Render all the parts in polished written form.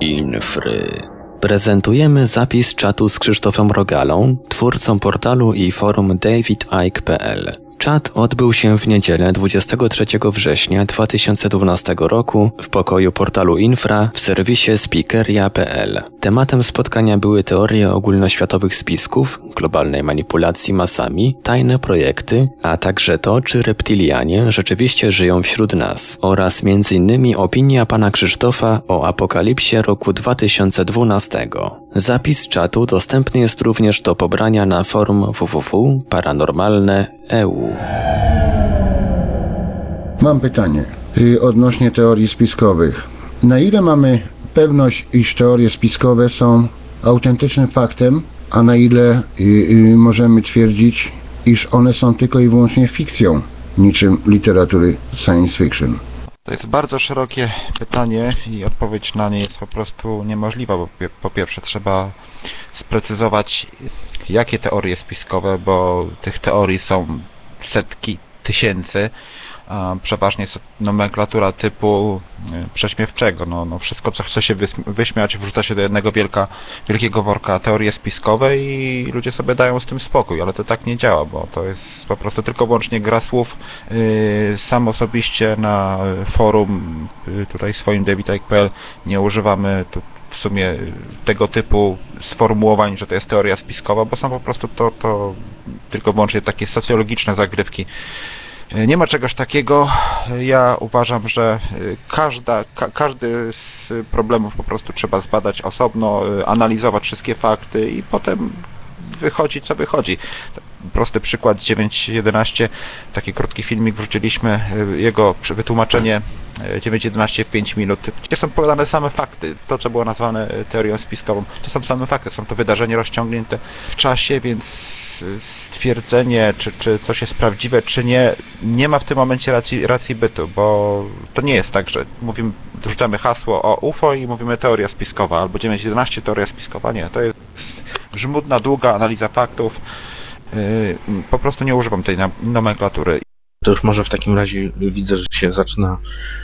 Infry. Prezentujemy zapis czatu z Krzysztofem Rogalą, twórcą portalu i forum davidicke.pl. Czat odbył się w niedzielę 23 września 2012 roku w pokoju portalu Infra w serwisie speakeria.pl. Tematem spotkania były teorie ogólnoświatowych spisków, globalnej manipulacji masami, tajne projekty, a także to, czy reptilianie rzeczywiście żyją wśród nas oraz m.in. opinia pana Krzysztofa o apokalipsie roku 2012. Zapis czatu dostępny jest również do pobrania na forum www.paranormalne.eu. Mam pytanie odnośnie teorii spiskowych. Na ile mamy pewność, iż teorie spiskowe są autentycznym faktem, a na ile możemy twierdzić, iż one są tylko i wyłącznie fikcją, niczym literatury science fiction? To jest bardzo szerokie pytanie i odpowiedź na nie jest po prostu niemożliwa, bo po pierwsze trzeba sprecyzować, jakie teorie spiskowe, bo tych teorii są setki tysięcy, a przeważnie jest nomenklatura typu prześmiewczego. No wszystko, co chce się wyśmiać, wrzuca się do jednego wielkiego worka teorie spiskowe i ludzie sobie dają z tym spokój, ale to tak nie działa, bo to jest po prostu tylko wyłącznie gra słów. Sam osobiście na forum tutaj swoim davidicke.pl nie używamy tu w sumie tego typu sformułowań, że to jest teoria spiskowa, bo są po prostu to tylko wyłącznie takie socjologiczne zagrywki. Nie ma czegoś takiego. Ja uważam, że każdy z problemów po prostu trzeba zbadać osobno, analizować wszystkie fakty i potem wychodzi co wychodzi. Prosty przykład 9.11, taki krótki filmik wrzuciliśmy, jego wytłumaczenie 9.11 w 5 minut, gdzie są podane same fakty. To, co było nazwane teorią spiskową, to są same fakty, są to wydarzenia rozciągnięte w czasie, więc stwierdzenie, czy coś jest prawdziwe, czy nie ma w tym momencie racji bytu, bo to nie jest tak, że rzucamy hasło o UFO i mówimy teoria spiskowa, albo 9.11 teoria spiskowa. Nie, to jest żmudna, długa analiza faktów. Po prostu nie używam tej nomenklatury. To już może w takim razie widzę, że się zaczyna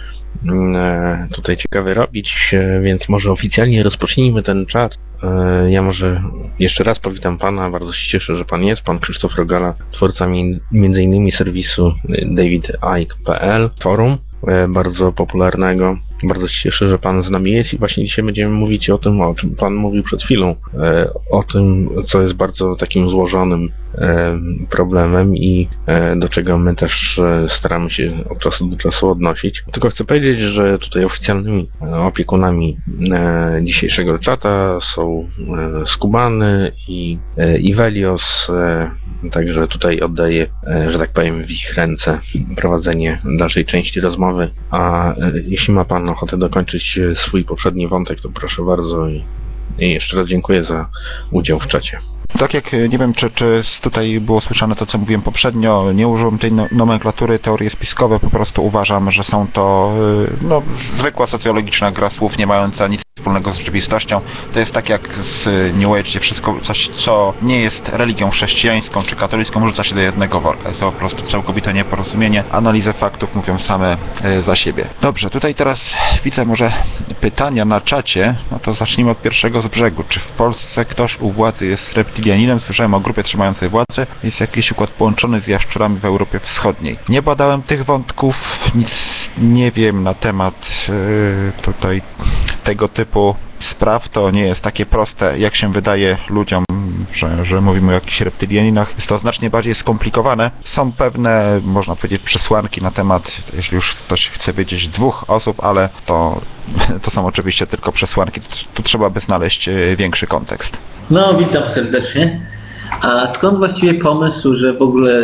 tutaj ciekawie robić, więc może oficjalnie rozpocznijmy ten czat. Ja może jeszcze raz powitam pana, bardzo się cieszę, że pan jest, pan Krzysztof Rogala, twórca m.in. serwisu davidicke.pl, forum bardzo popularnego. Bardzo się cieszę, że pan z nami jest i właśnie dzisiaj będziemy mówić o tym, o czym pan mówił przed chwilą, o tym, co jest bardzo takim złożonym problemem i do czego my też staramy się od czasu do czasu odnosić. Tylko chcę powiedzieć, że tutaj oficjalnymi opiekunami dzisiejszego czata są Skubany i Ivelios, także tutaj oddaję, że tak powiem, w ich ręce prowadzenie dalszej części rozmowy, a jeśli ma pan ochotę dokończyć swój poprzedni wątek, to proszę bardzo i jeszcze raz dziękuję za udział w czacie. Tak jak, nie wiem, czy tutaj było słyszane to, co mówiłem poprzednio, nie użyłem tej nomenklatury, teorie spiskowe, po prostu uważam, że są to zwykła socjologiczna gra słów, nie mająca nic wspólnego z rzeczywistością. To jest tak jak z New Age, gdzie wszystko, coś, co nie jest religią chrześcijańską czy katolicką, rzuca się do jednego worka. Jest to po prostu całkowite nieporozumienie. Analizy faktów mówią same za siebie. Dobrze, tutaj teraz widzę może pytania na czacie. No to zacznijmy od pierwszego z brzegu. Czy w Polsce ktoś u władzy jest reptilianinem? Słyszałem o grupie trzymającej władzę. Jest jakiś układ połączony z jaszczurami w Europie Wschodniej. Nie badałem tych wątków, nic nie wiem na temat tutaj tego typu spraw. To nie jest takie proste, jak się wydaje ludziom, że mówimy o jakichś reptylianinach. Jest to znacznie bardziej skomplikowane. Są pewne, można powiedzieć, przesłanki na temat, jeśli już ktoś chce wiedzieć, 2 osób, ale to są oczywiście tylko przesłanki. Tu trzeba by znaleźć większy kontekst. No, witam serdecznie. A skąd właściwie pomysł, że w ogóle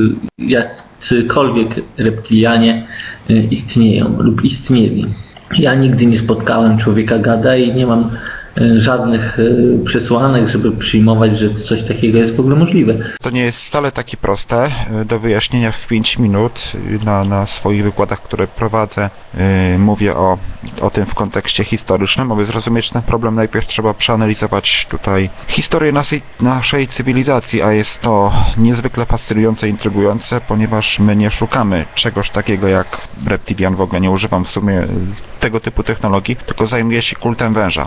jacykolwiek reptilianie istnieją lub istnieli? Ja nigdy nie spotkałem człowieka gada i nie mam żadnych przesłanek, żeby przyjmować, że coś takiego jest w ogóle możliwe. To nie jest wcale takie proste do wyjaśnienia w 5 minut. Na swoich wykładach, które prowadzę, mówię o tym w kontekście historycznym. Aby zrozumieć ten problem, najpierw trzeba przeanalizować tutaj historię naszej cywilizacji, a jest to niezwykle fascynujące i intrygujące, ponieważ my nie szukamy czegoś takiego jak reptilian, w ogóle nie używam w sumie tego typu technologii, tylko zajmuję się kultem węża.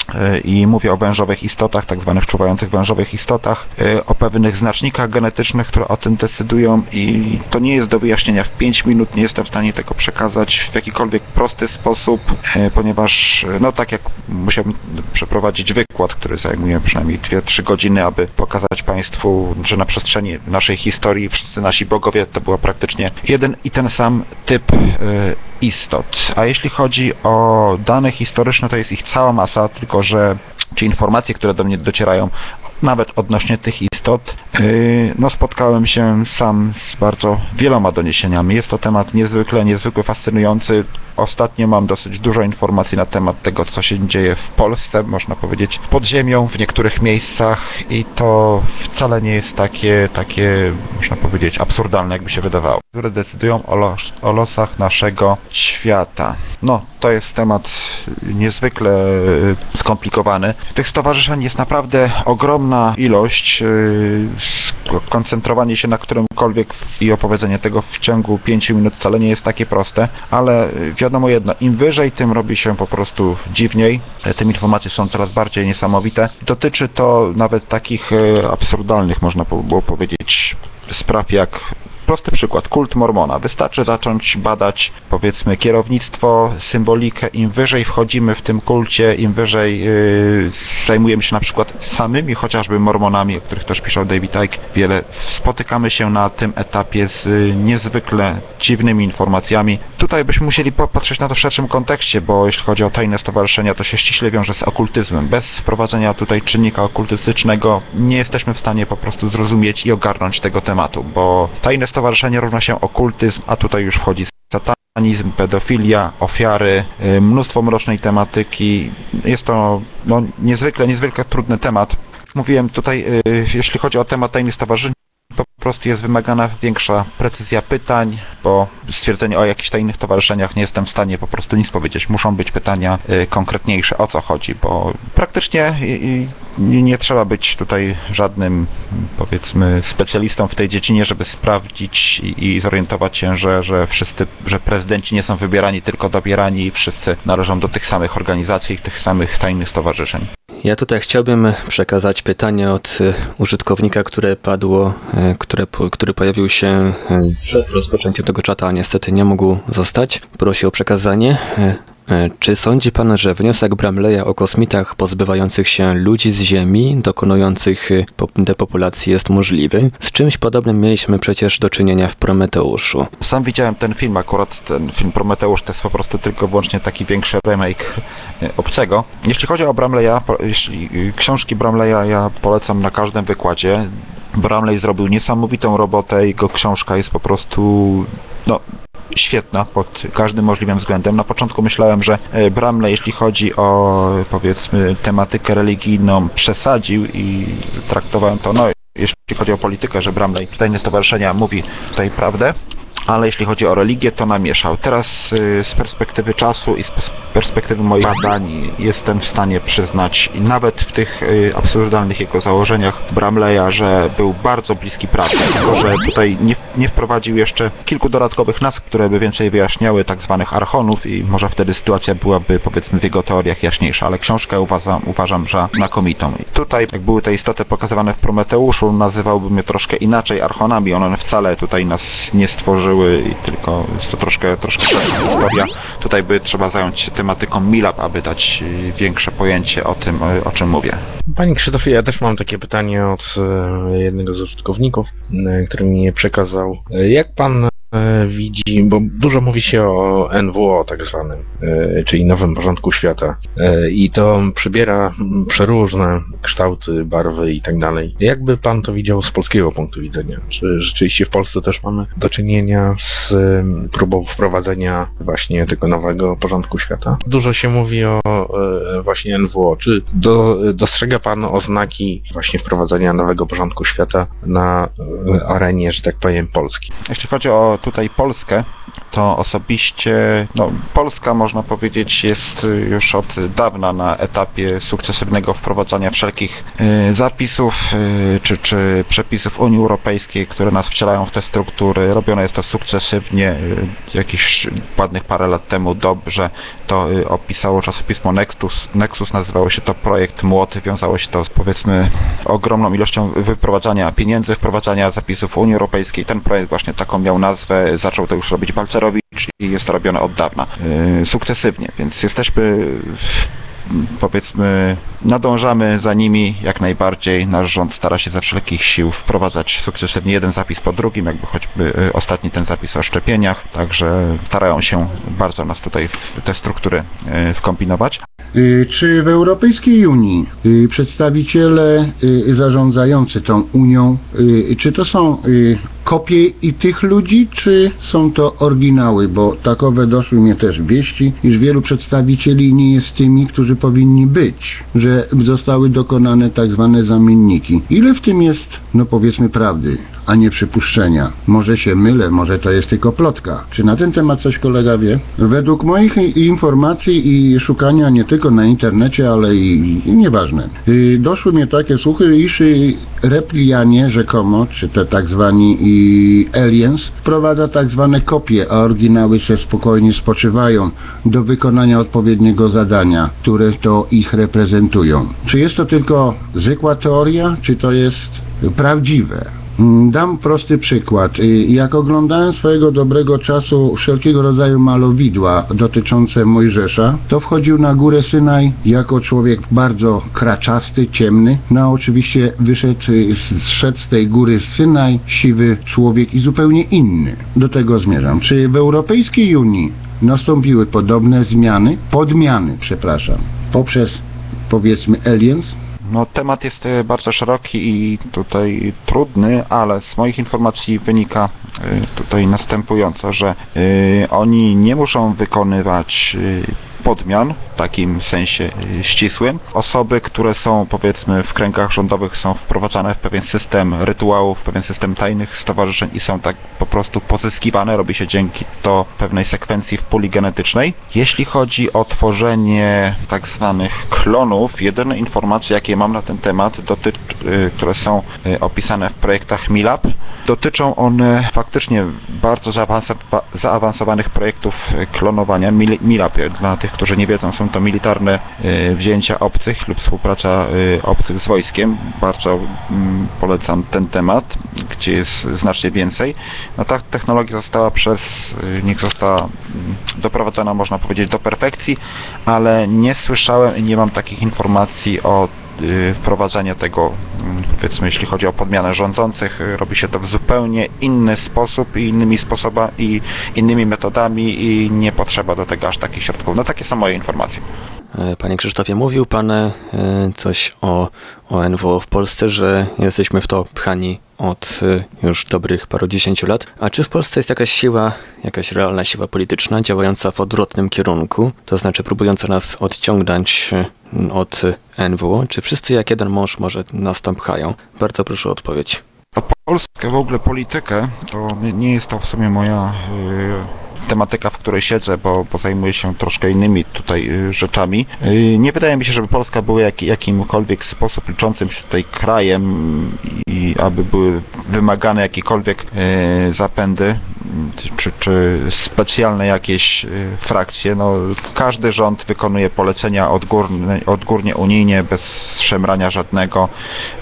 I mówię o wężowych istotach, tak zwanych czuwających wężowych istotach, o pewnych znacznikach genetycznych, które o tym decydują i to nie jest do wyjaśnienia w 5 minut, nie jestem w stanie tego przekazać w jakikolwiek prosty sposób, ponieważ, no tak jak musiałbym przeprowadzić wykład, który zajmuje przynajmniej 2-3 godziny, aby pokazać Państwu, że na przestrzeni naszej historii wszyscy nasi bogowie to była praktycznie jeden i ten sam typ istot. A jeśli chodzi o dane historyczne, to jest ich cała masa, tylko że czy informacje, które do mnie docierają, nawet odnośnie tych istot, no spotkałem się sam z bardzo wieloma doniesieniami. Jest to temat niezwykle fascynujący. Ostatnio mam dosyć dużo informacji na temat tego, co się dzieje w Polsce, można powiedzieć pod ziemią, w niektórych miejscach i to wcale nie jest takie można powiedzieć, absurdalne, jakby się wydawało, które decydują o losach naszego świata. No, to jest temat niezwykle skomplikowany. Tych stowarzyszeń jest naprawdę ogromna ilość. Koncentrowanie się na którymkolwiek i opowiedzenie tego w ciągu 5 minut wcale nie jest takie proste, ale wiadomo jedno, im wyżej, tym robi się po prostu dziwniej. Te informacje są coraz bardziej niesamowite. Dotyczy to nawet takich absurdalnych, można było powiedzieć, spraw jak prosty przykład, kult Mormona. Wystarczy zacząć badać, powiedzmy, kierownictwo, symbolikę. Im wyżej wchodzimy w tym kulcie, im wyżej zajmujemy się na przykład samymi chociażby Mormonami, o których też pisze David Icke wiele, spotykamy się na tym etapie z niezwykle dziwnymi informacjami. Tutaj byśmy musieli popatrzeć na to w szerszym kontekście, bo jeśli chodzi o tajne stowarzyszenia, to się ściśle wiąże z okultyzmem. Bez wprowadzenia tutaj czynnika okultystycznego nie jesteśmy w stanie po prostu zrozumieć i ogarnąć tego tematu, bo tajne stowarzyszenie równa się okultyzm, a tutaj już wchodzi satanizm, pedofilia, ofiary, mnóstwo mrocznej tematyki. Jest to niezwykle trudny temat. Mówiłem tutaj, jeśli chodzi o temat tajnych stowarzyszeń, po prostu jest wymagana większa precyzja pytań, bo stwierdzenie o jakichś tajnych towarzyszeniach nie jestem w stanie po prostu nic powiedzieć. Muszą być pytania konkretniejsze, o co chodzi, bo praktycznie nie trzeba być tutaj żadnym, powiedzmy, specjalistą w tej dziedzinie, żeby sprawdzić i zorientować się, że prezydenci nie są wybierani, tylko dobierani i wszyscy należą do tych samych organizacji, tych samych tajnych stowarzyszeń. Ja tutaj chciałbym przekazać pytanie od użytkownika, które padło, który pojawił się przed rozpoczęciem tego czata, a niestety nie mógł zostać. Prosi o przekazanie. Czy sądzi Pan, że wniosek Bramleya o kosmitach pozbywających się ludzi z Ziemi, dokonujących depopulacji jest możliwy? Z czymś podobnym mieliśmy przecież do czynienia w Prometeuszu. Sam widziałem ten film, akurat ten film Prometeusz to jest po prostu tylko wyłącznie taki większy remake obcego. Jeśli chodzi o Bramleya, książki Bramleya ja polecam na każdym wykładzie. Bramley zrobił niesamowitą robotę, jego książka jest po prostu świetna pod każdym możliwym względem. Na początku myślałem, że Bramley, jeśli chodzi o, powiedzmy, tematykę religijną, przesadził i traktowałem to, jeśli chodzi o politykę, że Bramley, tajne stowarzyszenia, mówi tutaj prawdę, ale jeśli chodzi o religię, to namieszał. Teraz z perspektywy czasu i z perspektywy moich badań jestem w stanie przyznać, i nawet w tych absurdalnych jego założeniach Bramleya, że był bardzo bliski prawdy, tylko że tutaj nie wprowadził jeszcze kilku dodatkowych nazw, które by więcej wyjaśniały tak zwanych archonów i może wtedy sytuacja byłaby, powiedzmy, w jego teoriach jaśniejsza, ale książkę uważam za znakomitą. I tutaj, jak były te istoty pokazywane w Prometeuszu, nazywałbym je troszkę inaczej archonami, one wcale tutaj nas nie stworzyły i tylko jest to troszkę historia. Tutaj by trzeba zająć się tematyką Milab, aby dać większe pojęcie o tym, o czym mówię. Panie Krzysztofie, ja też mam takie pytanie od jednego z użytkowników, który mi je przekazał. Jak pan widzi, bo dużo mówi się o NWO tak zwanym, czyli Nowym Porządku Świata, i to przybiera przeróżne kształty, barwy i tak dalej. Jakby pan to widział z polskiego punktu widzenia? Czy rzeczywiście w Polsce też mamy do czynienia z próbą wprowadzenia właśnie tego Nowego Porządku Świata? Dużo się mówi o właśnie NWO. Czy dostrzega pan oznaki właśnie wprowadzenia Nowego Porządku Świata na arenie, że tak powiem, Polski? Jeśli chodzi o tutaj Polskę, to osobiście, Polska, można powiedzieć, jest już od dawna na etapie sukcesywnego wprowadzania wszelkich zapisów czy przepisów Unii Europejskiej, które nas wcielają w te struktury. Robione jest to sukcesywnie. Jakieś ładnych parę lat temu dobrze to opisało czasopismo Nexus, nazywało się to projekt Młot, wiązało się to z, powiedzmy, ogromną ilością wyprowadzania pieniędzy, wprowadzania zapisów Unii Europejskiej. Ten projekt właśnie taką miał nazwę, zaczął to już robić Balcerowicz i jest to robione od dawna, sukcesywnie, więc jesteśmy, powiedzmy, nadążamy za nimi jak najbardziej. Nasz rząd stara się ze wszelkich sił wprowadzać sukcesywnie jeden zapis po drugim, jakby choćby ostatni ten zapis o szczepieniach, także starają się bardzo nas tutaj w te struktury wkombinować. Czy w Europejskiej Unii przedstawiciele zarządzający tą Unią, czy to są kopie i tych ludzi, czy są to oryginały? Bo takowe doszły mnie też wieści, iż wielu przedstawicieli nie jest tymi, którzy powinni być, że zostały dokonane tak zwane zamienniki. Ile w tym jest, powiedzmy, prawdy, a nie przypuszczenia? Może się mylę, może to jest tylko plotka. Czy na ten temat coś kolega wie? Według moich informacji i szukania nie tylko na internecie, ale i nieważne, doszły mnie takie słuchy, iż replianie rzekomo, czy te tak zwani aliens, wprowadza tak zwane kopie, a oryginały se spokojnie spoczywają do wykonania odpowiedniego zadania, które to ich reprezentują. Czy jest to tylko zwykła teoria, czy to jest prawdziwe? Dam prosty przykład. Jak oglądałem swojego dobrego czasu wszelkiego rodzaju malowidła dotyczące Mojżesza, to wchodził na górę Synaj jako człowiek bardzo kraczasty, ciemny. Oczywiście zszedł z tej góry Synaj siwy człowiek i zupełnie inny. Do tego zmierzam. Czy w Europejskiej Unii nastąpiły podobne podmiany, poprzez, powiedzmy, aliens? Temat jest bardzo szeroki i tutaj trudny, ale z moich informacji wynika tutaj następująco, że oni nie muszą wykonywać podmian w takim sensie ścisłym. Osoby, które są, powiedzmy, w kręgach rządowych, są wprowadzane w pewien system rytuałów, w pewien system tajnych stowarzyszeń i są tak po prostu pozyskiwane. Robi się dzięki to pewnej sekwencji w puli genetycznej. Jeśli chodzi o tworzenie tak zwanych klonów, jedyne informacje, jakie mam na ten temat, które są opisane w projektach MILAB, dotyczą one faktycznie bardzo zaawansowanych projektów klonowania. MILAB, dla tych, którzy nie wiedzą, są to militarne wzięcia obcych lub współpraca obcych z wojskiem. Bardzo polecam ten temat, gdzie jest znacznie więcej. Ta technologia została została doprowadzona, można powiedzieć, do perfekcji, ale nie słyszałem i nie mam takich informacji o wprowadzenie tego, powiedzmy, jeśli chodzi o podmianę rządzących. Robi się to w zupełnie inny sposób i innymi metodami i nie potrzeba do tego aż takich środków. Takie są moje informacje. Panie Krzysztofie, mówił Pan coś o NWO w Polsce, że jesteśmy w to pchani od już dobrych parudziesięciu lat. A czy w Polsce jest jakaś realna siła polityczna działająca w odwrotnym kierunku, to znaczy próbująca nas odciągnąć od NWO? Czy wszyscy jak jeden mąż może nas tam pchają? Bardzo proszę o odpowiedź. O Polskę, w ogóle politykę, to nie jest to w sumie moja tematyka, w której siedzę, bo zajmuję się troszkę innymi tutaj rzeczami. Nie wydaje mi się, żeby Polska była jakimkolwiek sposób liczącym się tutaj krajem i aby były wymagane jakiekolwiek zapędy czy specjalne jakieś frakcje. Każdy rząd wykonuje polecenia odgórnie unijnie, bez szemrania żadnego.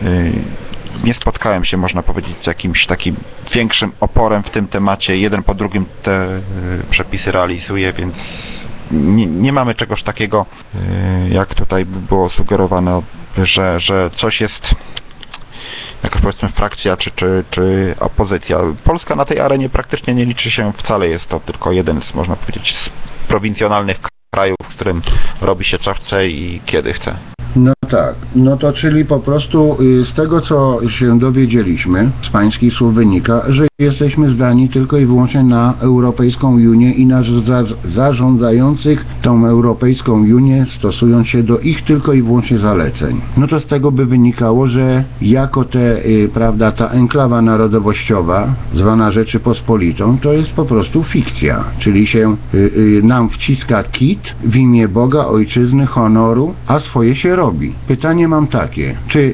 Nie spotkałem się, można powiedzieć, z jakimś takim większym oporem w tym temacie. Jeden po drugim te przepisy realizuje, więc nie mamy czegoś takiego, jak tutaj było sugerowane, że coś jest jakaś powiedzmy frakcja czy opozycja. Polska na tej arenie praktycznie nie liczy się wcale, jest to tylko jeden z, można powiedzieć, z prowincjonalnych krajów, w którym robi się co chce i kiedy chce. No tak, no to czyli po prostu z tego, co się dowiedzieliśmy, z pańskich słów wynika, że jesteśmy zdani tylko i wyłącznie na Europejską Unię i na zarządzających tą Europejską Unię, stosując się do ich tylko i wyłącznie zaleceń. No to z tego by wynikało, że jako prawda, ta enklawa narodowościowa, zwana Rzeczypospolitą, to jest po prostu fikcja, czyli się nam wciska kit w imię Boga, Ojczyzny, honoru, a swoje się robi. Pytanie mam takie, czy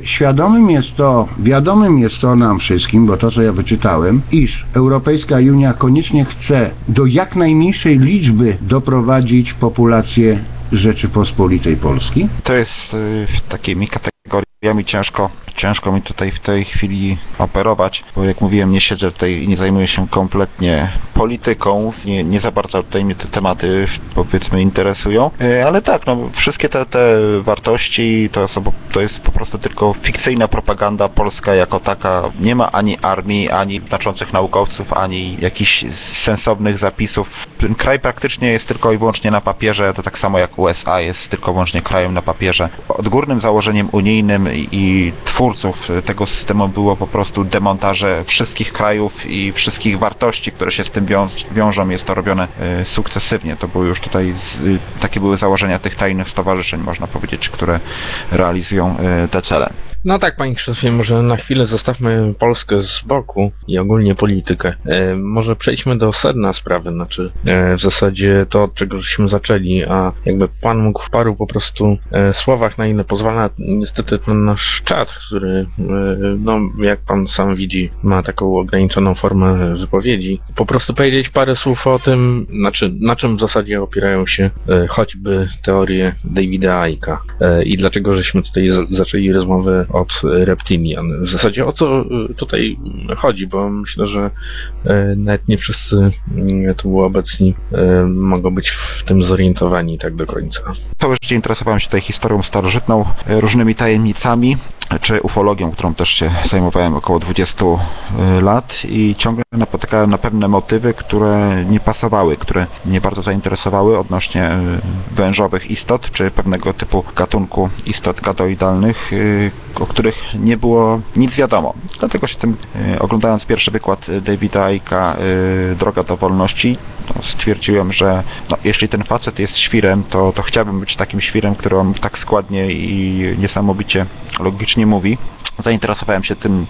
wiadomym jest to nam wszystkim, bo to, co ja wyczytałem, iż Europejska Unia koniecznie chce do jak najmniejszej liczby doprowadzić populację Rzeczypospolitej Polski? To jest takimi kategoriami ciężko mi tutaj w tej chwili operować, bo jak mówiłem, nie siedzę tutaj i nie zajmuję się kompletnie polityką, nie za bardzo tutaj mnie te tematy, powiedzmy, interesują, ale tak, no wszystkie te wartości to jest po prostu tylko fikcyjna propaganda. Polska jako taka nie ma ani armii, ani znaczących naukowców, ani jakichś sensownych zapisów. Ten kraj praktycznie jest tylko i wyłącznie na papierze, to tak samo jak USA jest tylko i wyłącznie krajem na papierze. Odgórnym założeniem unijnym i twórców tego systemu było po prostu demontaże wszystkich krajów i wszystkich wartości, które się z tym wiążą. Jest to robione sukcesywnie. To były już tutaj, takie były założenia tych tajnych stowarzyszeń, można powiedzieć, które realizują te cele. No tak, panie Krzysztofie, może na chwilę zostawmy Polskę z boku i ogólnie politykę. Może przejdźmy do sedna sprawy, znaczy w zasadzie to, od czego żeśmy zaczęli, a jakby pan mógł w paru po prostu słowach, na ile pozwala niestety ten nasz czat, który, no jak pan sam widzi, ma taką ograniczoną formę wypowiedzi, po prostu powiedzieć parę słów o tym, na czym w zasadzie opierają się choćby teorie Davida Icke'a i dlaczego żeśmy tutaj zaczęli rozmowę od reptilian. W zasadzie o co tutaj chodzi, bo myślę, że nawet nie wszyscy tu obecni mogą być w tym zorientowani tak do końca. Całe życie interesowałem się tutaj historią starożytną, różnymi tajemnicami, czy ufologią, którą też się zajmowałem około 20 lat i ciągle napotykałem na pewne motywy, które nie pasowały, które mnie bardzo zainteresowały odnośnie wężowych istot, czy pewnego typu gatunku istot gadoidalnych, o których nie było nic wiadomo. Dlatego się tym, oglądając pierwszy wykład Davida Icke'a, Droga do wolności, stwierdziłem, że jeśli ten facet jest świrem, to chciałbym być takim świrem, który on tak składnie i niesamowicie logicznie mówi. Zainteresowałem się tym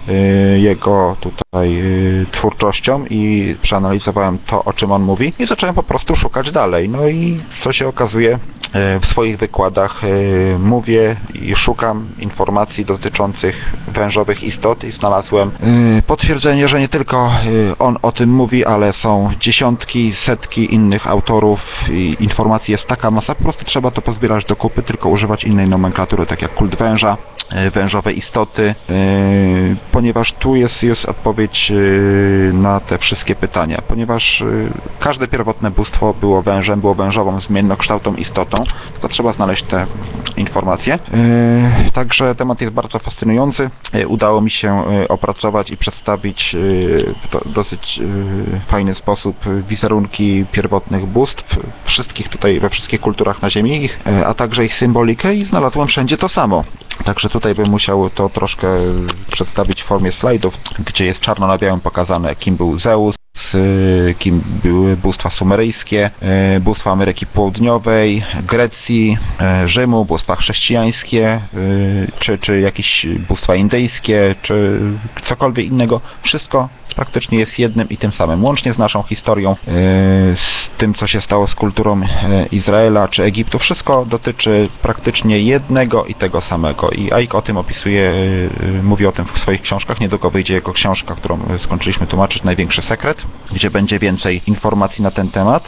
jego tutaj twórczością i przeanalizowałem to, o czym on mówi i zacząłem po prostu szukać dalej. No i co się okazuje, w swoich wykładach mówię i szukam informacji dotyczących wężowych istot i znalazłem potwierdzenie, że nie tylko on o tym mówi, ale są dziesiątki, setki innych autorów i informacji jest taka masa, po prostu trzeba to pozbierać do kupy, tylko używać innej nomenklatury, tak jak kult węża, wężowe istoty, ponieważ tu jest odpowiedź na te wszystkie pytania, ponieważ każde pierwotne bóstwo było wężem, było wężową, zmiennokształtą istotą, tylko trzeba znaleźć te informacje. Także temat jest bardzo fascynujący. Udało mi się opracować i przedstawić w dosyć fajny sposób wizerunki pierwotnych bóstw, wszystkich tutaj, we wszystkich kulturach na Ziemi, a także ich symbolikę i znalazłem wszędzie to samo. Także tutaj bym musiał to troszkę przedstawić w formie slajdów, gdzie jest czarno na białym pokazane, kim był Zeus, kim były bóstwa sumeryjskie, bóstwa Ameryki Południowej, Grecji, Rzymu, bóstwa chrześcijańskie, czy jakieś bóstwa indyjskie, czy cokolwiek innego. Wszystko praktycznie jest jednym i tym samym, łącznie z naszą historią, z tym, co się stało z kulturą Izraela czy Egiptu. Wszystko dotyczy praktycznie jednego i tego samego. I Icke o tym opisuje, mówi o tym w swoich książkach. Niedługo wyjdzie jego książka, którą skończyliśmy tłumaczyć, Największy sekret, gdzie będzie więcej informacji na ten temat.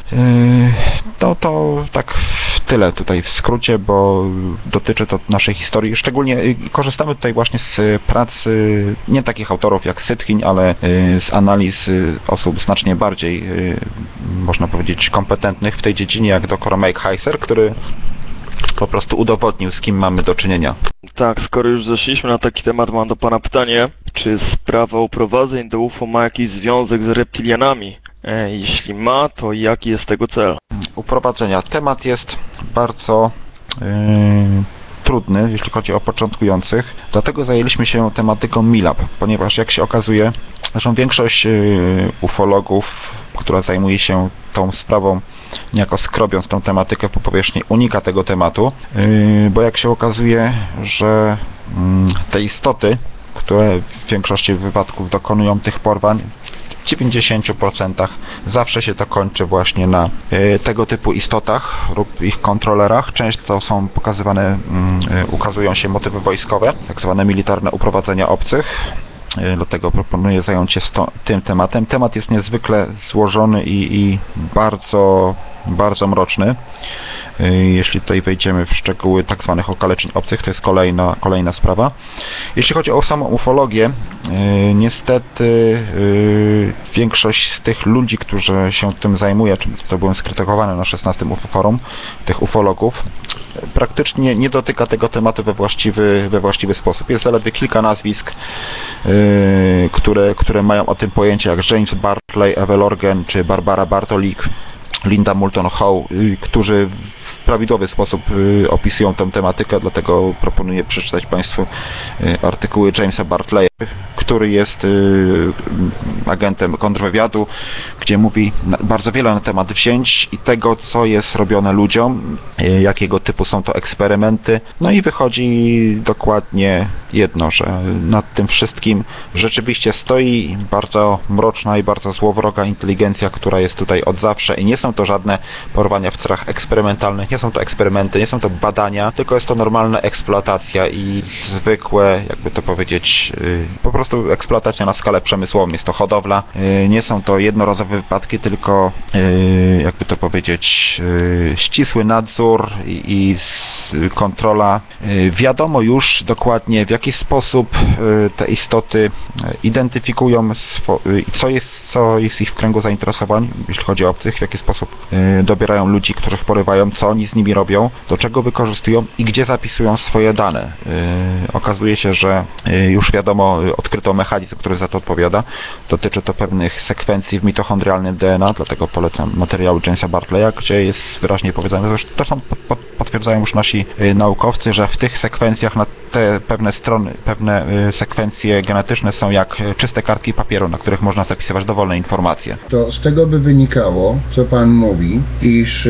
To tak tyle tutaj w skrócie, bo dotyczy to naszej historii. Szczególnie korzystamy tutaj właśnie z pracy nie takich autorów jak Sytkin, ale z analiz osób znacznie bardziej, można powiedzieć, kompetentnych w tej dziedzinie, jak dr Mike Heiser, który po prostu udowodnił, z kim mamy do czynienia. Tak, skoro już zeszliśmy na taki temat, mam do pana pytanie, czy sprawa uprowadzeń do UFO ma jakiś związek z reptilianami? Jeśli ma, to jaki jest tego cel? Uprowadzenia. Temat jest bardzo trudny, jeśli chodzi o początkujących, dlatego zajęliśmy się tematyką MILAB, ponieważ jak się okazuje, zresztą większość ufologów, która zajmuje się tą sprawą, niejako skrobiąc tą tematykę po powierzchni, unika tego tematu, bo jak się okazuje, że te istoty, które w większości wypadków dokonują tych porwań, w 90% zawsze się to kończy właśnie na tego typu istotach lub ich kontrolerach. Często są pokazywane, ukazują się motywy wojskowe, tak zwane militarne uprowadzenia obcych. Dlatego proponuję zająć się tym tematem. Temat jest niezwykle złożony i bardzo, bardzo mroczny. Jeśli tutaj wejdziemy w szczegóły tak zwanych okaleczeń obcych, to jest kolejna sprawa. Jeśli chodzi o samą ufologię, niestety większość z tych ludzi, którzy się tym zajmuje, czy to byłem skrytykowany na 16 UFO Forum, tych ufologów, praktycznie nie dotyka tego tematu we właściwy sposób. Jest zaledwie kilka nazwisk, które mają o tym pojęcie, jak James Bartley, Eve Lorgen czy Barbara Bartolik, Linda Moulton Howe, którzy w prawidłowy sposób opisują tę tematykę, dlatego proponuję przeczytać Państwu artykuły Jamesa Bartleya, który jest agentem kontrwywiadu, gdzie mówi bardzo wiele na temat wzięć i tego, co jest robione ludziom, jakiego typu są to eksperymenty. No i wychodzi dokładnie jedno, że nad tym wszystkim rzeczywiście stoi bardzo mroczna i bardzo złowroga inteligencja, która jest tutaj od zawsze i nie są to żadne porwania w celach eksperymentalnych, nie są to eksperymenty, nie są to badania, tylko jest to normalna eksploatacja i zwykłe, jakby to powiedzieć, po prostu eksploatacja na skalę przemysłową. Jest to hodowla, nie są to jednorazowe wypadki, tylko jakby to powiedzieć, ścisły nadzór i kontrola. Wiadomo już dokładnie, w jaki sposób te istoty identyfikują, co jest ich w kręgu zainteresowań, jeśli chodzi o obcych, w jaki sposób dobierają ludzi, których porywają, co oni z nimi robią, do czego wykorzystują i gdzie zapisują swoje dane. Okazuje się, że już wiadomo, odkryto mechanizm, który za to odpowiada. Dotyczy to pewnych sekwencji w mitochondrialnym DNA, dlatego polecam materiały Jamesa Bartleya, gdzie jest wyraźnie powiedziane, że to są potwierdzają już nasi naukowcy, że w tych sekwencjach na te pewne sekwencje genetyczne są jak czyste kartki papieru, na których można zapisywać dowolne informacje. To z tego by wynikało, co Pan mówi, iż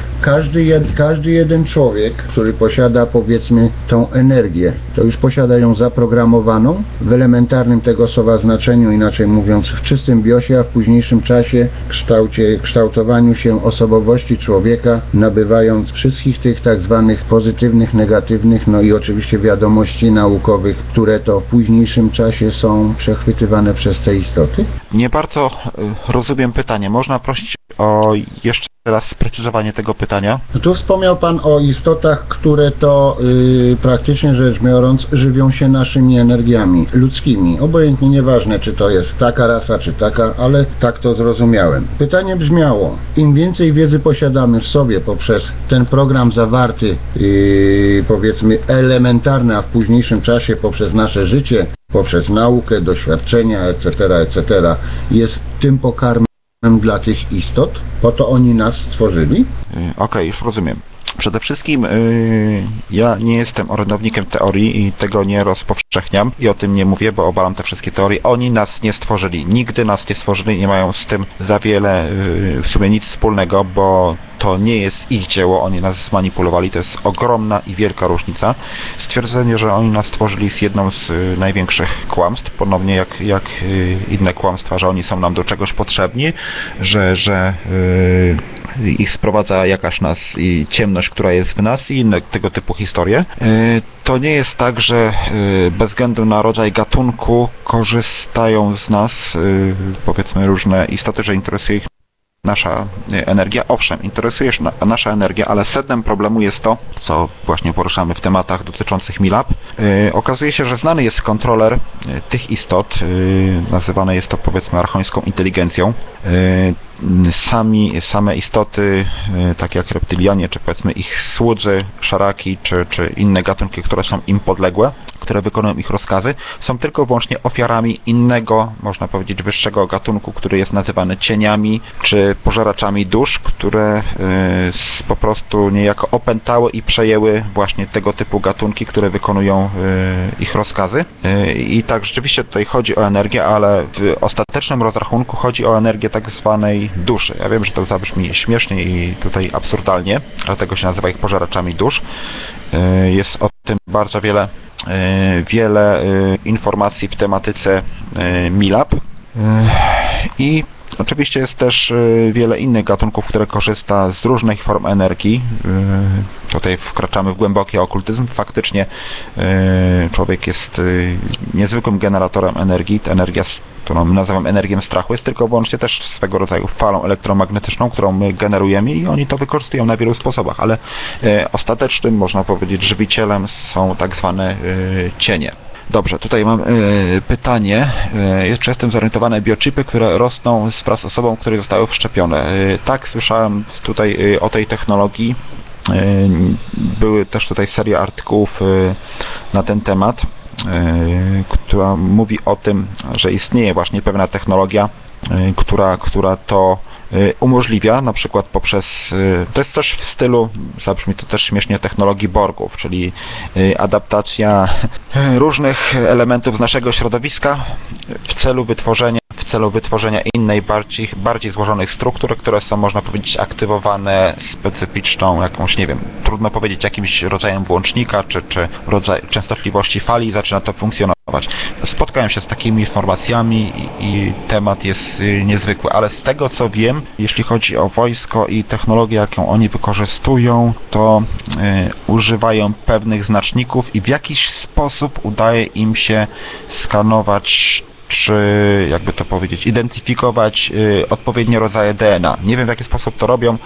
każdy jeden człowiek, który posiada, powiedzmy, tą energię, to już posiada ją zaprogramowaną w elementarnym tego słowa znaczeniu, inaczej mówiąc w czystym biosie, a w późniejszym czasie kształtowaniu się osobowości człowieka, nabywając wszystkich tych tak zwanych pozytywnych, negatywnych, no i oczywiście wiadomości naukowych, które to w późniejszym czasie są przechwytywane przez te istoty? Nie bardzo rozumiem pytanie. Można prosić o jeszcze raz sprecyzowanie tego pytania? No tu wspomniał Pan o istotach, które to praktycznie rzecz biorąc żywią się naszymi energiami ludzkimi. Obojętnie, nieważne czy to jest taka rasa, czy taka, ale tak to zrozumiałem. Pytanie brzmiało, im więcej wiedzy posiadamy w sobie poprzez ten program zawarty, powiedzmy elementarny, a w późniejszym czasie poprzez nasze życie, poprzez naukę, doświadczenia, etc., jest tym pokarmem dla tych istot, po to oni nas stworzyli? Okej, już rozumiem. Przede wszystkim ja nie jestem orędownikiem teorii i tego nie rozpowszechniam i o tym nie mówię, bo obalam te wszystkie teorie. Oni nas nie stworzyli, nigdy nas nie stworzyli, nie mają z tym za wiele w sumie nic wspólnego, bo to nie jest ich dzieło, oni nas zmanipulowali, to jest ogromna i wielka różnica. Stwierdzenie, że oni nas stworzyli jest jedną z największych kłamstw, ponownie jak inne kłamstwa, że oni są nam do czegoś potrzebni, że ich sprowadza jakaś i ciemność, która jest w nas i inne tego typu historie. To nie jest tak, że bez względu na rodzaj gatunku korzystają z nas, powiedzmy, różne istoty, że interesuje ich nasza energia. Owszem, interesuje nasza energia, ale sednem problemu jest to, co właśnie poruszamy w tematach dotyczących MILAB. Okazuje się, że znany jest kontroler tych istot, nazywane jest to, powiedzmy, archońską inteligencją. same istoty, takie jak reptylianie, czy powiedzmy ich słudzy, szaraki, czy inne gatunki, które są im podległe, które wykonują ich rozkazy, są tylko i wyłącznie ofiarami innego, można powiedzieć, wyższego gatunku, który jest nazywany cieniami, czy pożeraczami dusz, które po prostu niejako opętały i przejęły właśnie tego typu gatunki, które wykonują ich rozkazy. I tak, rzeczywiście tutaj chodzi o energię, ale w ostatecznym rozrachunku chodzi o energię tak zwanej duszy. Ja wiem, że to zabrzmi śmiesznie i tutaj absurdalnie, dlatego się nazywa ich pożeraczami dusz. Jest o tym bardzo wiele informacji w tematyce MILAB. I oczywiście jest też wiele innych gatunków, które korzysta z różnych form energii. Tutaj wkraczamy w głęboki okultyzm. Faktycznie człowiek jest niezwykłym generatorem energii. Ta energia, którą nazywam energią strachu, jest tylko wyłącznie też swego rodzaju falą elektromagnetyczną, którą my generujemy i oni to wykorzystują na wielu sposobach, ale ostatecznym, można powiedzieć, żywicielem są tak zwane cienie. Dobrze, tutaj mam pytanie. Jeszcze jestem zorientowany, biochipy, które rosną wraz z osobą, które zostały wszczepione. Tak, słyszałem tutaj o tej technologii. Były też tutaj seria artykułów na ten temat, która mówi o tym, że istnieje właśnie pewna technologia, która to umożliwia, na przykład poprzez, to jest też w stylu, zabrzmi to też śmiesznie, technologii Borgów, czyli adaptacja różnych elementów z naszego środowiska w celu wytworzenia innej, bardziej złożonych struktur, które są, można powiedzieć, aktywowane specyficzną jakąś, nie wiem, trudno powiedzieć, jakimś rodzajem włącznika, czy rodzaj częstotliwości fali, zaczyna to funkcjonować. Spotkałem się z takimi informacjami i temat jest niezwykły, ale z tego co wiem, jeśli chodzi o wojsko i technologię, jaką oni wykorzystują, to używają pewnych znaczników i w jakiś sposób udaje im się skanować, czy jakby to powiedzieć, identyfikować odpowiednie rodzaje DNA. Nie wiem, w jaki sposób to robią.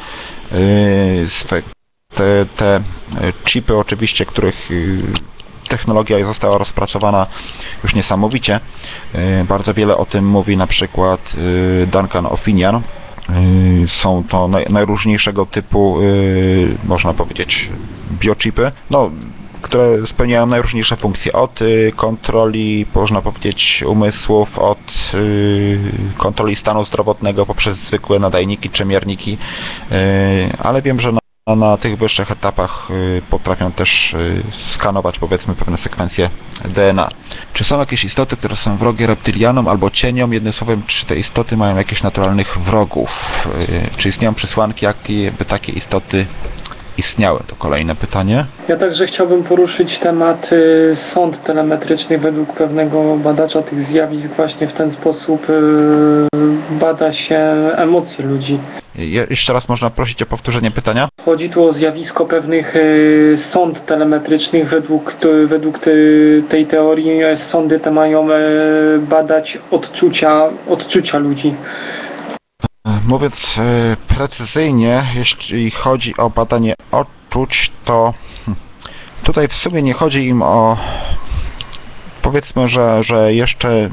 Te chipy oczywiście, których technologia została rozpracowana już niesamowicie. Bardzo wiele o tym mówi na przykład Duncan O'Finian. Są to najróżniejszego typu, można powiedzieć, biochipy, które spełniają najróżniejsze funkcje, od kontroli, można powiedzieć, umysłów, od kontroli stanu zdrowotnego poprzez zwykłe nadajniki czy mierniki, ale wiem, że na tych wyższych etapach potrafią też skanować, powiedzmy, pewne sekwencje DNA. Czy są jakieś istoty, które są wrogie reptylianom albo cieniom? Jednym słowem, czy te istoty mają jakichś naturalnych wrogów? Czy istnieją przesłanki, jakie by takie istoty istniały? To kolejne pytanie. Ja także chciałbym poruszyć temat sond telemetrycznych. Według pewnego badacza tych zjawisk właśnie w ten sposób bada się emocje ludzi. Jeszcze raz można prosić o powtórzenie pytania? Chodzi tu o zjawisko pewnych sond telemetrycznych. Według tej teorii sondy te mają badać odczucia ludzi. Mówiąc precyzyjnie, jeśli chodzi o badanie odczuć, to tutaj w sumie nie chodzi im o, powiedzmy, że jeszcze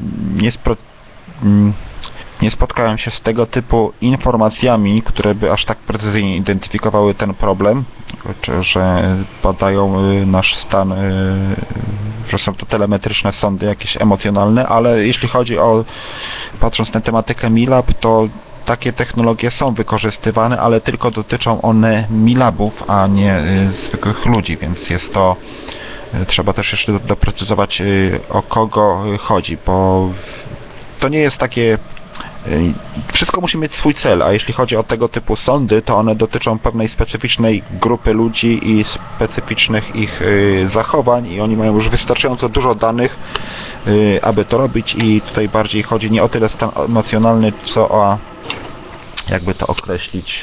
nie spotkałem się z tego typu informacjami, które by aż tak precyzyjnie identyfikowały ten problem, czy że badają nasz stan, że są to telemetryczne sondy jakieś emocjonalne, ale jeśli chodzi o, patrząc na tematykę MILAB, to takie technologie są wykorzystywane, ale tylko dotyczą one MILABów, a nie zwykłych ludzi, więc jest to, trzeba też jeszcze doprecyzować, o kogo chodzi, bo to nie jest takie, wszystko musi mieć swój cel, a jeśli chodzi o tego typu sondy, to one dotyczą pewnej specyficznej grupy ludzi i specyficznych ich zachowań i oni mają już wystarczająco dużo danych, aby to robić, i tutaj bardziej chodzi nie o tyle stan emocjonalny, co o, jakby to określić,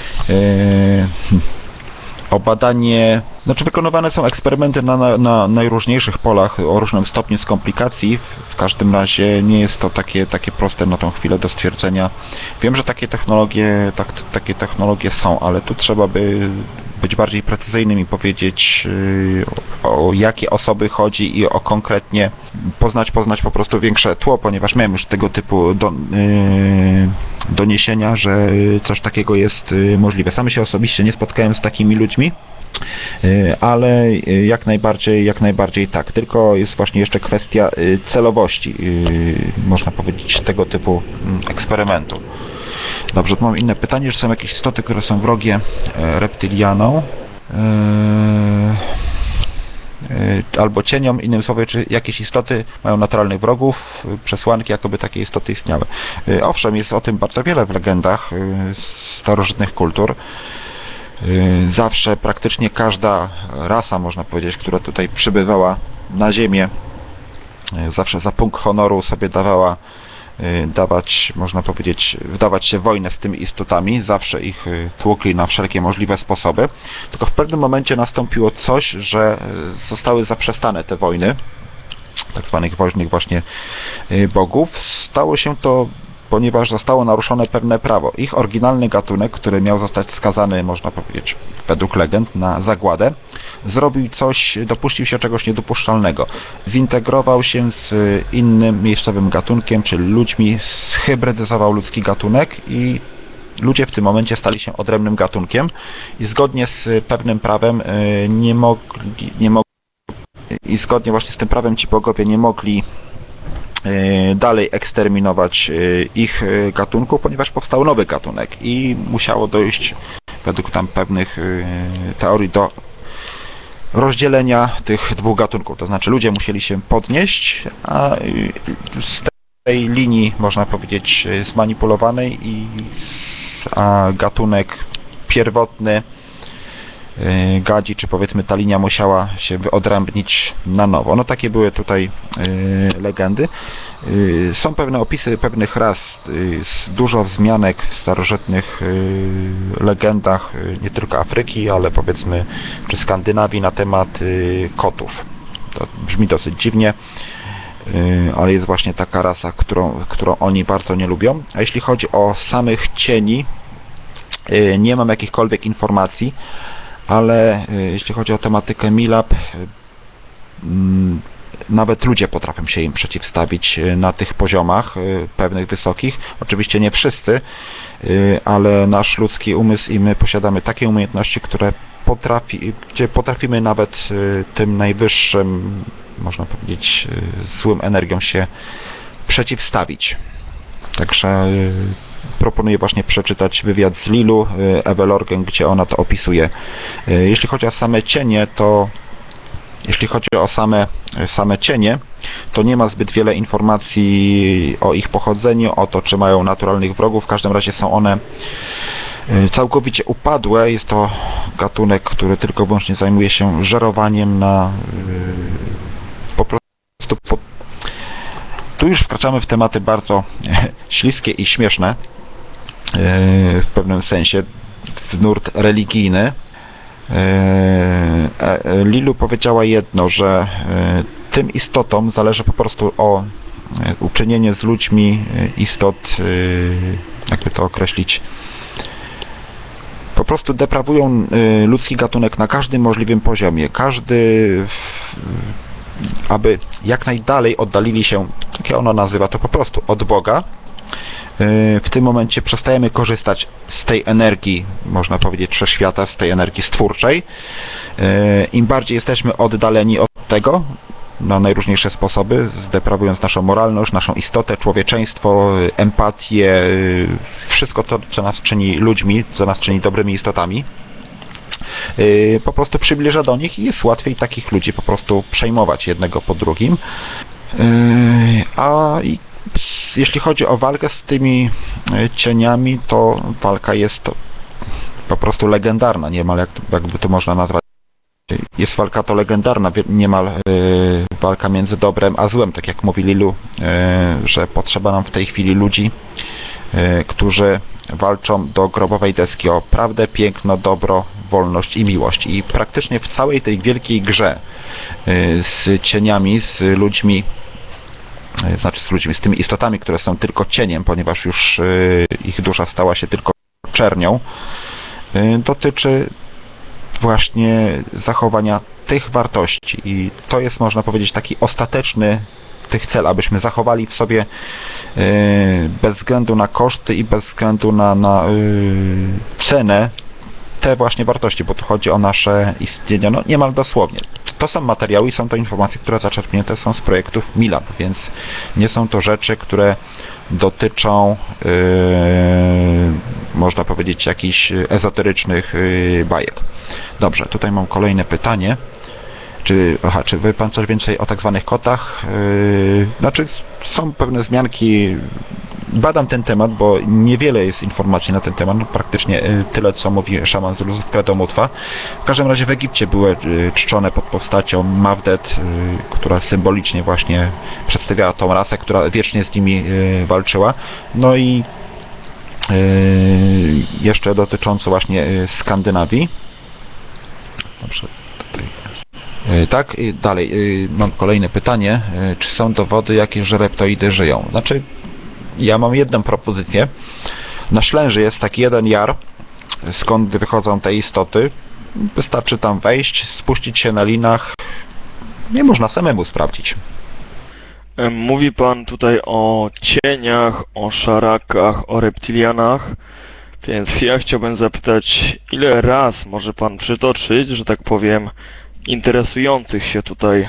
o badanie, znaczy wykonywane są eksperymenty na najróżniejszych polach o różnym stopniu skomplikacji. W każdym razie nie jest to takie proste na tą chwilę do stwierdzenia. Wiem, że takie technologie są, ale tu trzeba by być bardziej precyzyjnym i powiedzieć, o jakie osoby chodzi i o konkretnie poznać po prostu większe tło, ponieważ miałem już tego typu doniesienia, że coś takiego jest możliwe. Sam się osobiście nie spotkałem z takimi ludźmi, ale jak najbardziej tak. Tylko jest właśnie jeszcze kwestia celowości, można powiedzieć, tego typu eksperymentu. Dobrze, tu mam inne pytanie, że są jakieś istoty, które są wrogie reptylianom albo cieniom, innymi słowy, czy jakieś istoty mają naturalnych wrogów, przesłanki, jakoby takie istoty istniały. Owszem, jest o tym bardzo wiele w legendach starożytnych kultur. Zawsze praktycznie każda rasa, można powiedzieć, która tutaj przybywała na ziemię, zawsze za punkt honoru sobie dawała można powiedzieć, wdawać się w wojnę z tymi istotami, zawsze ich tłukli na wszelkie możliwe sposoby, tylko w pewnym momencie nastąpiło coś, że zostały zaprzestane te wojny, tak zwanych woźnych właśnie bogów. Stało się to, ponieważ zostało naruszone pewne prawo. Ich oryginalny gatunek, który miał zostać skazany, można powiedzieć, według legend, na zagładę, dopuścił się czegoś niedopuszczalnego. Zintegrował się z innym miejscowym gatunkiem, czyli ludźmi, zhybrydyzował ludzki gatunek i ludzie w tym momencie stali się odrębnym gatunkiem i zgodnie z pewnym prawem i zgodnie właśnie z tym prawem ci bogowie nie mogli dalej eksterminować ich gatunków, ponieważ powstał nowy gatunek i musiało dojść według tam pewnych teorii do rozdzielenia tych dwóch gatunków. To znaczy ludzie musieli się podnieść, a z tej linii, można powiedzieć, zmanipulowanej a gatunek pierwotny gadzi, czy powiedzmy ta linia musiała się wyodrębnić na nowo. No takie były tutaj legendy. Są pewne opisy pewnych ras, dużo wzmianek w starożytnych legendach, nie tylko Afryki, ale powiedzmy czy Skandynawii na temat kotów. To brzmi dosyć dziwnie, ale jest właśnie taka rasa, którą oni bardzo nie lubią. A jeśli chodzi o samych cieni, nie mam jakichkolwiek informacji, ale jeśli chodzi o tematykę Milab, nawet ludzie potrafią się im przeciwstawić na tych poziomach pewnych wysokich. Oczywiście nie wszyscy, ale nasz ludzki umysł i my posiadamy takie umiejętności, gdzie potrafimy nawet tym najwyższym, można powiedzieć, złym energiom się przeciwstawić. Także proponuję właśnie przeczytać wywiad z Lilu Ewę Lorgen, gdzie ona to opisuje. Jeśli chodzi o same cienie, to nie ma zbyt wiele informacji o ich pochodzeniu, o to, czy mają naturalnych wrogów. W każdym razie są one całkowicie upadłe. Jest to gatunek, który tylko i wyłącznie zajmuje się żerowaniem na po prostu. Tu już wkraczamy w tematy bardzo śliskie i śmieszne w pewnym sensie, w nurt religijny. Lilu powiedziała jedno, że tym istotom zależy po prostu o uczynienie z ludźmi istot, jakby to określić, po prostu deprawują ludzki gatunek na każdym możliwym poziomie. Aby jak najdalej oddalili się, jak ona nazywa to po prostu, od Boga. W tym momencie przestajemy korzystać z tej energii, można powiedzieć, wszechświata, z tej energii stwórczej. Im bardziej jesteśmy oddaleni od tego, na najróżniejsze sposoby, zdeprawując naszą moralność, naszą istotę, człowieczeństwo, empatię, wszystko to, co nas czyni ludźmi, co nas czyni dobrymi istotami, po prostu przybliża do nich i jest łatwiej takich ludzi po prostu przejmować jednego po drugim. Jeśli chodzi o walkę z tymi cieniami, to walka jest po prostu legendarna, niemal jakby to można nazwać. Jest walka to legendarna, niemal walka między dobrem a złem, tak jak mówi Lilu, że potrzeba nam w tej chwili ludzi, którzy walczą do grobowej deski o prawdę, piękno, dobro, wolność i miłość. I praktycznie w całej tej wielkiej grze z cieniami, z ludźmi znaczy z ludźmi, z tymi istotami, które są tylko cieniem, ponieważ już ich dusza stała się tylko czernią, dotyczy właśnie zachowania tych wartości i to jest, można powiedzieć, taki ostateczny tych cel, abyśmy zachowali w sobie bez względu na koszty i bez względu na cenę te właśnie wartości, bo tu chodzi o nasze istnienie, no niemal dosłownie. To są materiały i są to informacje, które zaczerpnięte są z projektów MILAB, więc nie są to rzeczy, które dotyczą, można powiedzieć, jakichś ezoterycznych bajek. Dobrze, tutaj mam kolejne pytanie. Czy wie Pan coś więcej o tak zwanych kotach? Znaczy, są pewne wzmianki. Badam ten temat, bo niewiele jest informacji na ten temat, no praktycznie tyle, co mówi szaman z Luzów Kredomutwa. W każdym razie w Egipcie były czczone pod postacią Mawdet, która symbolicznie właśnie przedstawiała tą rasę, która wiecznie z nimi walczyła. No i jeszcze dotycząco właśnie Skandynawii. Dobrze, tutaj. Tak, dalej, mam kolejne pytanie. Czy są dowody jakieś, że reptoidy żyją? Znaczy, ja mam jedną propozycję. Na Ślęży jest taki jeden jar, skąd wychodzą te istoty. Wystarczy tam wejść, spuścić się na linach. Nie można samemu sprawdzić. Mówi pan tutaj o cieniach, o szarakach, o reptilianach, więc ja chciałbym zapytać, ile raz może pan przytoczyć, że tak powiem, interesujących się tutaj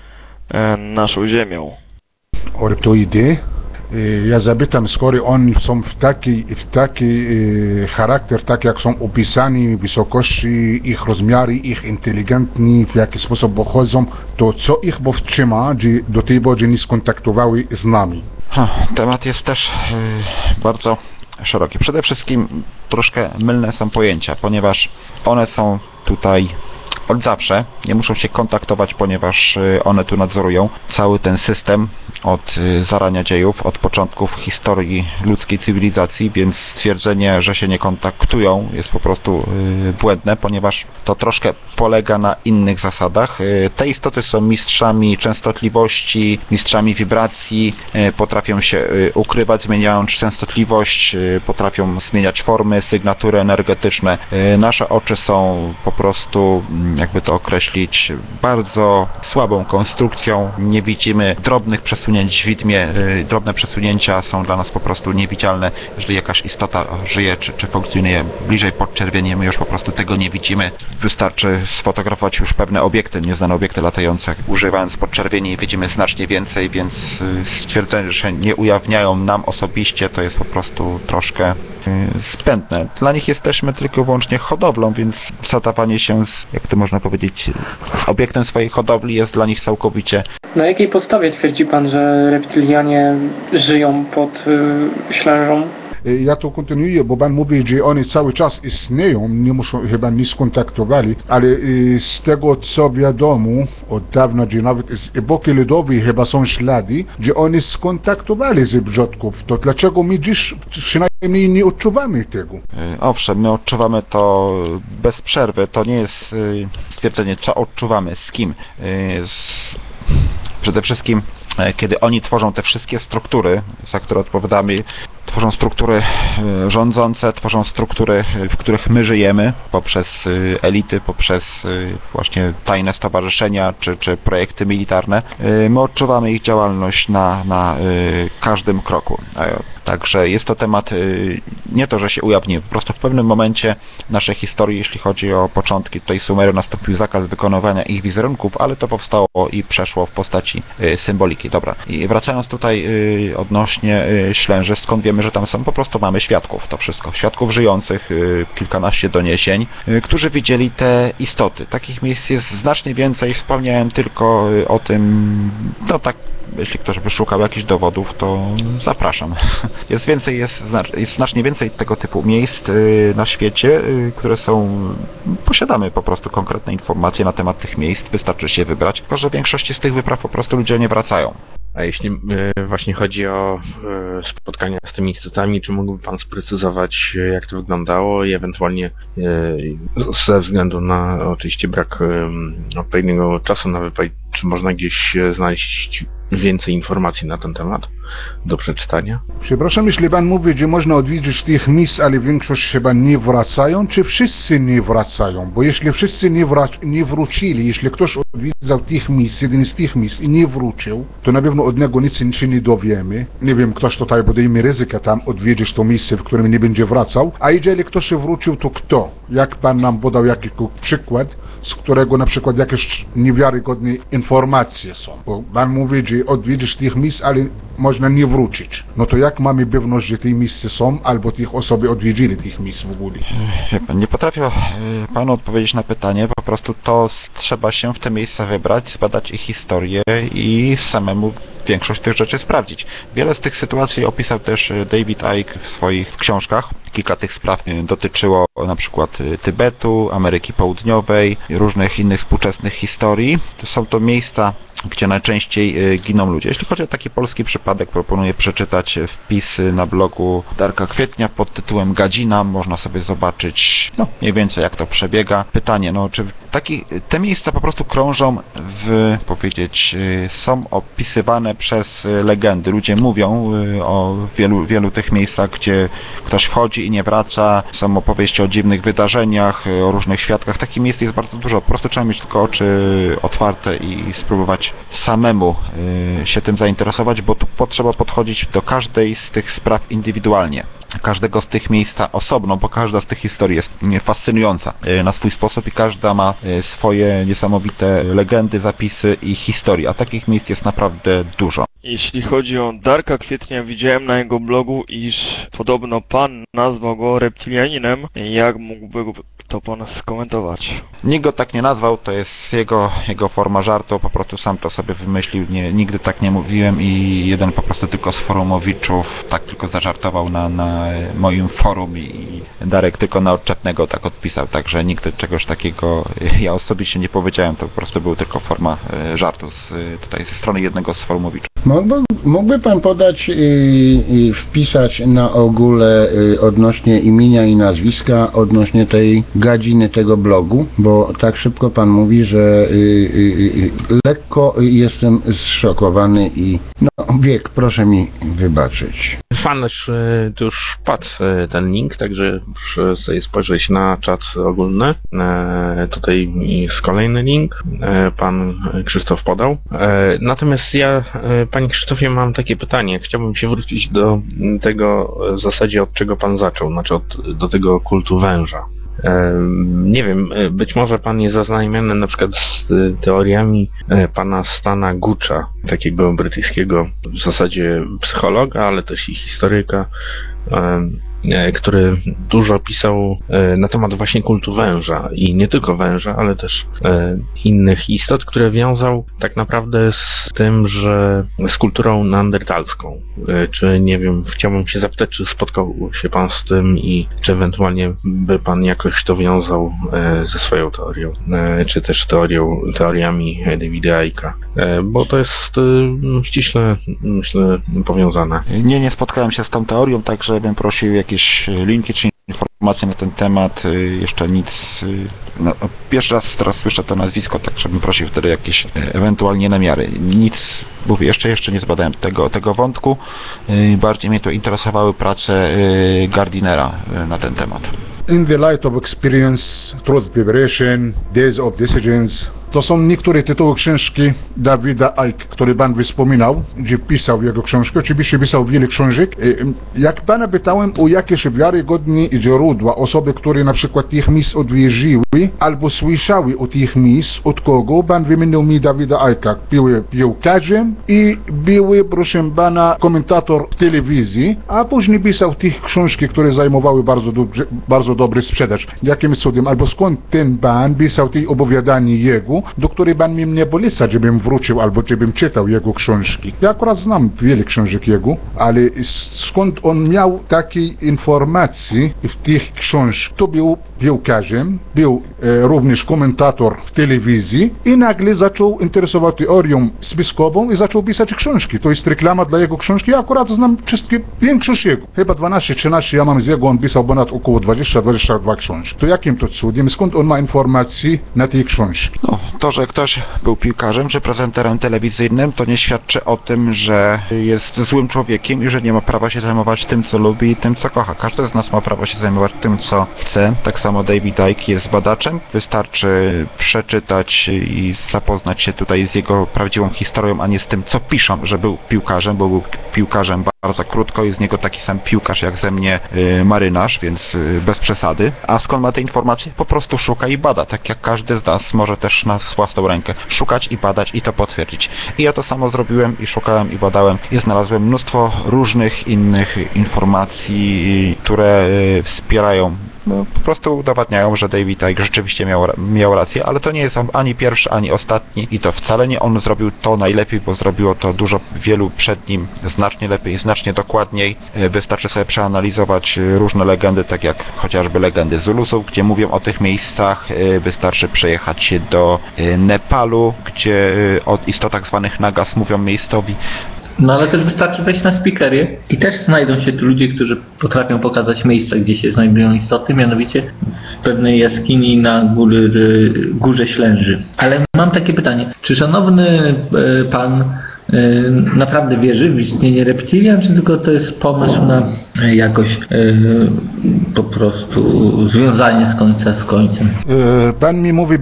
naszą Ziemią? O reptoidy? Ja zapytam, skoro oni są w taki charakter, tak jak są opisani, wysokości, ich rozmiary, ich inteligentni, w jaki sposób pochodzą, to co ich powstrzyma, że do tej pory nie skontaktowały z nami? Temat jest też bardzo szeroki. Przede wszystkim troszkę mylne są pojęcia, ponieważ one są tutaj od zawsze, nie muszą się kontaktować, ponieważ one tu nadzorują cały ten system od zarania dziejów, od początków historii ludzkiej cywilizacji, więc stwierdzenie, że się nie kontaktują, jest po prostu błędne, ponieważ to troszkę polega na innych zasadach. Te istoty są mistrzami częstotliwości, mistrzami wibracji, potrafią się ukrywać, zmieniając częstotliwość, potrafią zmieniać formy, sygnatury energetyczne. Nasze oczy są po prostu, jakby to określić, bardzo słabą konstrukcją. Nie widzimy drobnych przesunięć w widmie. Drobne przesunięcia są dla nas po prostu niewidzialne. Jeżeli jakaś istota żyje czy funkcjonuje bliżej podczerwieni, my już po prostu tego nie widzimy. Wystarczy sfotografować już pewne obiekty, nieznane obiekty latające. Używając podczerwieni widzimy znacznie więcej, więc stwierdzenie, że nie ujawniają nam osobiście, to jest po prostu troszkę zbędne. Dla nich jesteśmy tylko i wyłącznie hodowlą, więc zadawanie się, jak to można powiedzieć, z obiektem swojej hodowli jest dla nich całkowicie. Na jakiej podstawie twierdzi pan, że reptilianie żyją pod Ślężą? Ja to kontynuuję, bo pan mówi, że oni cały czas istnieją, nie muszą, chyba nie skontaktowali, ale z tego co wiadomo od dawna, że nawet z epoki lodowej chyba są ślady, że oni skontaktowali z przodków. To dlaczego my dziś przynajmniej nie odczuwamy tego? Owszem, my odczuwamy to bez przerwy. To nie jest stwierdzenie, co odczuwamy, z kim. Przede wszystkim, kiedy oni tworzą te wszystkie struktury, za które odpowiadamy, tworzą struktury rządzące, tworzą struktury, w których my żyjemy, poprzez elity, poprzez właśnie tajne stowarzyszenia, czy projekty militarne. My odczuwamy ich działalność na każdym kroku. Także jest to temat nie to, że się ujawni, po prostu w pewnym momencie naszej historii, jeśli chodzi o początki tutaj Sumeru, nastąpił zakaz wykonywania ich wizerunków, ale to powstało i przeszło w postaci symboliki. Dobra, i wracając tutaj odnośnie Ślęży, skąd wiemy, że tam są, po prostu mamy świadków, to wszystko. Świadków żyjących, kilkanaście doniesień, którzy widzieli te istoty. Takich miejsc jest znacznie więcej, wspomniałem tylko o tym, no tak, jeśli ktoś by szukał jakichś dowodów, to zapraszam. Jest znacznie więcej tego typu miejsc na świecie, które są... Posiadamy po prostu konkretne informacje na temat tych miejsc, wystarczy się wybrać, tylko że w większości z tych wypraw po prostu ludzie nie wracają. A jeśli właśnie chodzi o spotkania z tymi istotami, czy mógłby Pan sprecyzować, jak to wyglądało i ewentualnie ze względu na oczywiście brak odpowiedniego czasu na wypowiedź, czy można gdzieś znaleźć więcej informacji na ten temat do przeczytania? Przepraszam, jeśli pan mówi, że można odwiedzić tych miejsc, ale większość chyba nie wracają, czy wszyscy nie wracają? Bo jeśli wszyscy nie wrócili, jeśli ktoś odwiedzał tych miejsc, jeden z tych miejsc i nie wrócił, to na pewno od niego nic się nie dowiemy. Nie wiem, ktoś tutaj podejmie ryzyko tam odwiedzić to miejsce, w którym nie będzie wracał. A jeżeli ktoś się wrócił, to kto? Jak pan nam podał jakiś przykład, z którego na przykład jakieś niewiarygodne informacje są? Bo pan mówi, że odwiedzisz tych miejsc, ale można nie wrócić. No to jak mamy pewność, że te miejsca są, albo tych osoby odwiedzili tych miejsc w ogóle? Nie potrafię panu odpowiedzieć na pytanie, po prostu to trzeba się w te miejsca wybrać, zbadać ich historię i samemu większość tych rzeczy sprawdzić. Wiele z tych sytuacji opisał też David Icke w swoich książkach. Kilka tych spraw dotyczyło na przykład Tybetu, Ameryki Południowej, różnych innych współczesnych historii. To są to miejsca, gdzie najczęściej giną ludzie. Jeśli chodzi o taki polski przypadek, proponuję przeczytać wpis na blogu Darka Kwietnia pod tytułem Gadzina. Można sobie zobaczyć mniej więcej jak to przebiega. Pytanie, czy te miejsca po prostu krążą są opisywane przez legendy. Ludzie mówią o wielu tych miejscach, gdzie ktoś wchodzi i nie wraca. Są opowieści o dziwnych wydarzeniach, o różnych świadkach. Takich miejsc jest bardzo dużo. Po prostu trzeba mieć tylko oczy otwarte i spróbować samemu się tym zainteresować, bo tu potrzeba podchodzić do każdej z tych spraw indywidualnie. Każdego z tych miejsca osobno, bo każda z tych historii jest fascynująca na swój sposób i każda ma swoje niesamowite legendy, zapisy i historie, a takich miejsc jest naprawdę dużo. Jeśli chodzi o Darka Kwietnia, widziałem na jego blogu, iż podobno pan nazwał go reptilianinem. Jak mógłby to pan skomentować? Nikt go tak nie nazwał, to jest jego forma żartu, po prostu sam to sobie wymyślił, nigdy tak nie mówiłem i jeden po prostu tylko z forumowiczów tak tylko zażartował na moim forum i Darek tylko na odczepnego tak odpisał, także nigdy czegoś takiego ja osobiście nie powiedziałem, to po prostu był tylko forma żartu tutaj ze strony jednego z forumowiczów. Mógłby pan podać i wpisać na ogóle odnośnie imienia i nazwiska, odnośnie tej gadziny tego blogu, bo tak szybko pan mówi, że lekko jestem zszokowany i wiek, proszę mi wybaczyć. Fan już padł ten link, także proszę sobie spojrzeć na czat ogólny. Tutaj jest kolejny link, pan Krzysztof podał. Natomiast ja, panie Krzysztofie, mam takie pytanie. Chciałbym się wrócić do tego w zasadzie, od czego pan zaczął, znaczy do tego kultu węża. Nie wiem, być może pan jest zaznajomiony na przykład z teoriami pana Stana Gucha, takiego brytyjskiego w zasadzie psychologa, ale też i historyka, który dużo pisał na temat właśnie kultu węża i nie tylko węża, ale też innych istot, które wiązał tak naprawdę z tym, że z kulturą neandertalską. Czy nie wiem, chciałbym się zapytać, czy spotkał się pan z tym i czy ewentualnie by pan jakoś to wiązał ze swoją teorią, czy też teoriami Davida Icke'a, bo to jest ściśle, myślę, powiązane. Nie spotkałem się z tą teorią, także bym prosił jakieś linki czy informacje na ten temat. Jeszcze nic. Pierwszy raz teraz słyszę to nazwisko, także bym prosił wtedy jakieś ewentualnie namiary. Nic, mówię, jeszcze nie zbadałem tego wątku. Bardziej mnie to interesowały prace Gardinera na ten temat. In the light of experience, truth preparation, days of decisions. To są niektóre tytuły książki Davida Icke, który pan wspominał, gdzie pisał jego książkę. Oczywiście pisał wiele książek. Jak pana pytałem o jakieś wiarygodne źródła, osoby, które na przykład tych miejsc odwiedziły, albo słyszały o tych miejsc, od kogo, pan wymienił mi Davida Icke'a. Był piłkarzem i był, proszę pana, komentator telewizji, a później pisał tych książki, które zajmowały bardzo dobry sprzedaż. Jakim cudem, albo skąd ten pan pisał te opowiadania jego, do której pan mi nie poleca, żebym wrócił, albo żebym czytał jego książki. Ja akurat znam wiele książek jego, ale skąd on miał takie informacje w tych książkach? To był piłkarzem, był również komentator w telewizji i nagle zaczął interesować teorią spiskową i zaczął pisać książki. To jest reklama dla jego książki. Ja akurat znam większość jego. Chyba 12-13 ja mam z jego, on pisał ponad około 20-22 książki. To jakim to cudem? Skąd on ma informacje na tej książki? to, że ktoś był piłkarzem czy prezenterem telewizyjnym, to nie świadczy o tym, że jest złym człowiekiem i że nie ma prawa się zajmować tym, co lubi i tym, co kocha. Każdy z nas ma prawo się zajmować tym, co chce. Tak samo David Icke jest badaczem. Wystarczy przeczytać i zapoznać się tutaj z jego prawdziwą historią, a nie z tym, co piszą, że był piłkarzem, bo był piłkarzem bardzo krótko, jest z niego taki sam piłkarz jak ze mnie marynarz, więc bez przesady. A skąd ma te informacje? Po prostu szuka i bada, tak jak każdy z nas może też na własną rękę szukać i badać i to potwierdzić. I ja to samo zrobiłem i szukałem i badałem i znalazłem mnóstwo różnych innych informacji, które wspierają, po prostu udowadniają, że David Icke rzeczywiście miał rację, ale to nie jest ani pierwszy, ani ostatni i to wcale nie on zrobił to najlepiej, bo zrobiło to wielu przed nim znacznie lepiej, znacznie dokładniej. Wystarczy sobie przeanalizować różne legendy, tak jak chociażby legendy Zulusów, gdzie mówią o tych miejscach. Wystarczy przejechać się do Nepalu, gdzie o istotach zwanych Nagas mówią miejscowi. No ale też wystarczy wejść na Speakerię i też znajdą się tu ludzie, którzy potrafią pokazać miejsca, gdzie się znajdują istoty, mianowicie w pewnej jaskini na górze Ślęży. Ale mam takie pytanie, czy szanowny pan naprawdę wierzy w istnienie reptilian, czy tylko to jest pomysł na jakoś po prostu związanie z końca z końcem? Pan mi mówi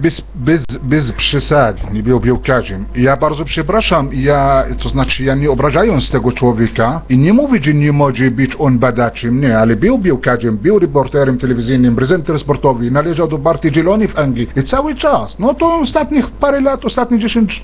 bez przesad, nie był piłkarzem. Ja bardzo przepraszam, to znaczy ja nie obrażając tego człowieka i nie mówię, że nie może być on badaczem, nie, ale był piłkarzem, był reporterem telewizyjnym, prezenter sportowy, należał do Partii Zielonej w Anglii i cały czas, no to ostatnich parę lat, ostatnie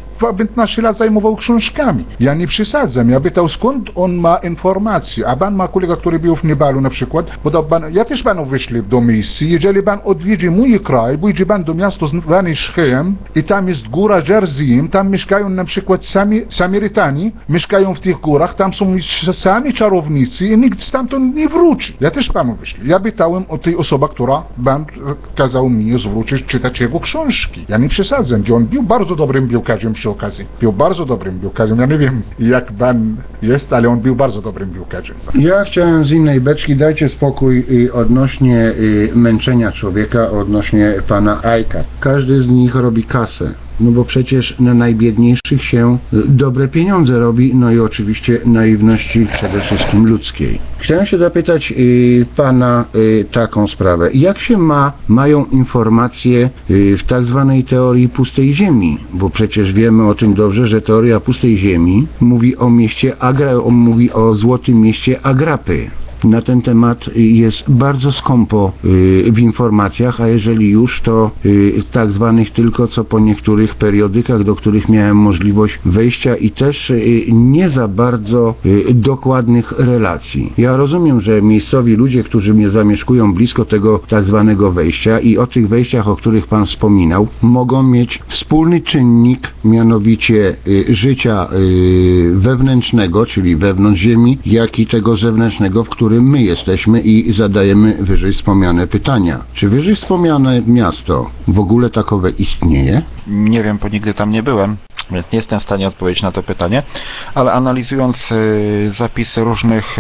10-15 lat zajmował książkami. Ja nie przesadzam, ja pytał skąd on ma informacje, a pan ma kolega, który był w Nepalu na przykład, podał pan, ja też panu wyślę do miejsca, jeżeli pan odwiedzi mój kraj, pójdzie pan do miasta zwane Szchem i tam jest góra Jersey, tam mieszkają na przykład Samarytanie, mieszkają w tych górach, tam są sami czarownicy i nikt stamtąd nie wróci. Ja też panu wyślę. Ja pytałem o tej osobie, która pan kazał mi zwrócić, czytać jego książki. Ja nie przesadzam, że on był bardzo dobrym piłkarzem przy okazji. Był bardzo dobrym piłkarzem. Ja nie wiem jak pan jest, ale on był bardzo dobrym piłkarzem. Ja chciałem z innej beczki, dajcie spokój odnośnie męczenia człowieka, odnośnie pana Icke'a. Każdy z nich robi kasę. No bo przecież na najbiedniejszych się dobre pieniądze robi, no i oczywiście naiwności przede wszystkim ludzkiej. Chciałem się zapytać pana taką sprawę. Jak się mają informacje w tak zwanej teorii pustej ziemi? Bo przecież wiemy o tym dobrze, że teoria pustej ziemi mówi o mieście mówi o złotym mieście Agrapy. Na ten temat jest bardzo skąpo w informacjach, a jeżeli już, to tak zwanych tylko co po niektórych periodykach, do których miałem możliwość wejścia i też nie za bardzo dokładnych relacji. Ja rozumiem, że miejscowi ludzie, którzy mnie zamieszkują blisko tego tak zwanego wejścia i o tych wejściach, o których pan wspominał, mogą mieć wspólny czynnik, mianowicie życia wewnętrznego, czyli wewnątrz ziemi, jak i tego zewnętrznego, w którym my jesteśmy i zadajemy wyżej wspomniane pytania. Czy wyżej wspomniane miasto w ogóle takowe istnieje? Nie wiem, bo nigdy tam nie byłem, więc nie jestem w stanie odpowiedzieć na to pytanie, ale analizując zapisy różnych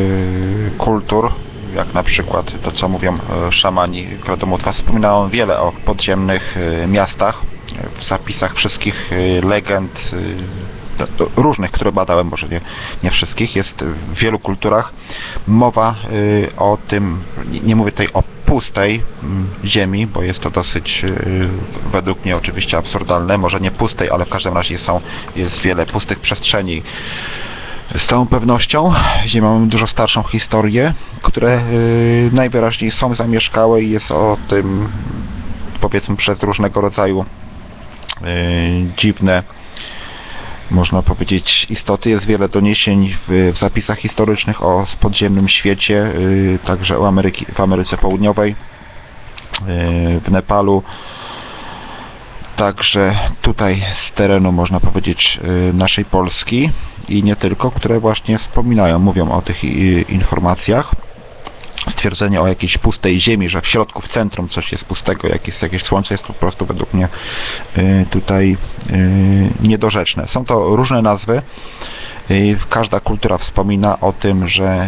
kultur, jak na przykład to, co mówią szamani Kratomutwa, wspominałem wiele o podziemnych miastach, w zapisach wszystkich legend, różnych, które badałem, może nie wszystkich, jest w wielu kulturach mowa o tym, nie mówię tutaj o pustej ziemi, bo jest to dosyć według mnie oczywiście absurdalne, może nie pustej, ale w każdym razie jest wiele pustych przestrzeni. Z całą pewnością Ziemia mamy dużo starszą historię, które najwyraźniej są zamieszkałe i jest o tym, powiedzmy, przez różnego rodzaju dziwne, można powiedzieć, istoty. Jest wiele doniesień w zapisach historycznych o podziemnym świecie, także w Ameryce Południowej, w Nepalu, także tutaj z terenu, można powiedzieć, naszej Polski i nie tylko, które właśnie mówią o tych informacjach. Stwierdzenie o jakiejś pustej ziemi, że w środku, w centrum coś jest pustego, jakieś słońce, jest po prostu według mnie tutaj niedorzeczne. Są to różne nazwy. Każda kultura wspomina o tym, że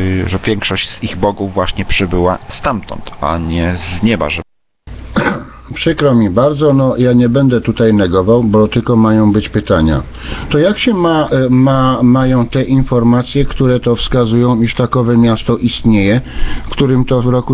większość z ich bogów właśnie przybyła stamtąd, a nie z nieba. przykro mi bardzo, no ja nie będę tutaj negował, bo tylko mają być pytania. To jak się mają te informacje, które to wskazują, iż takowe miasto istnieje, którym to w roku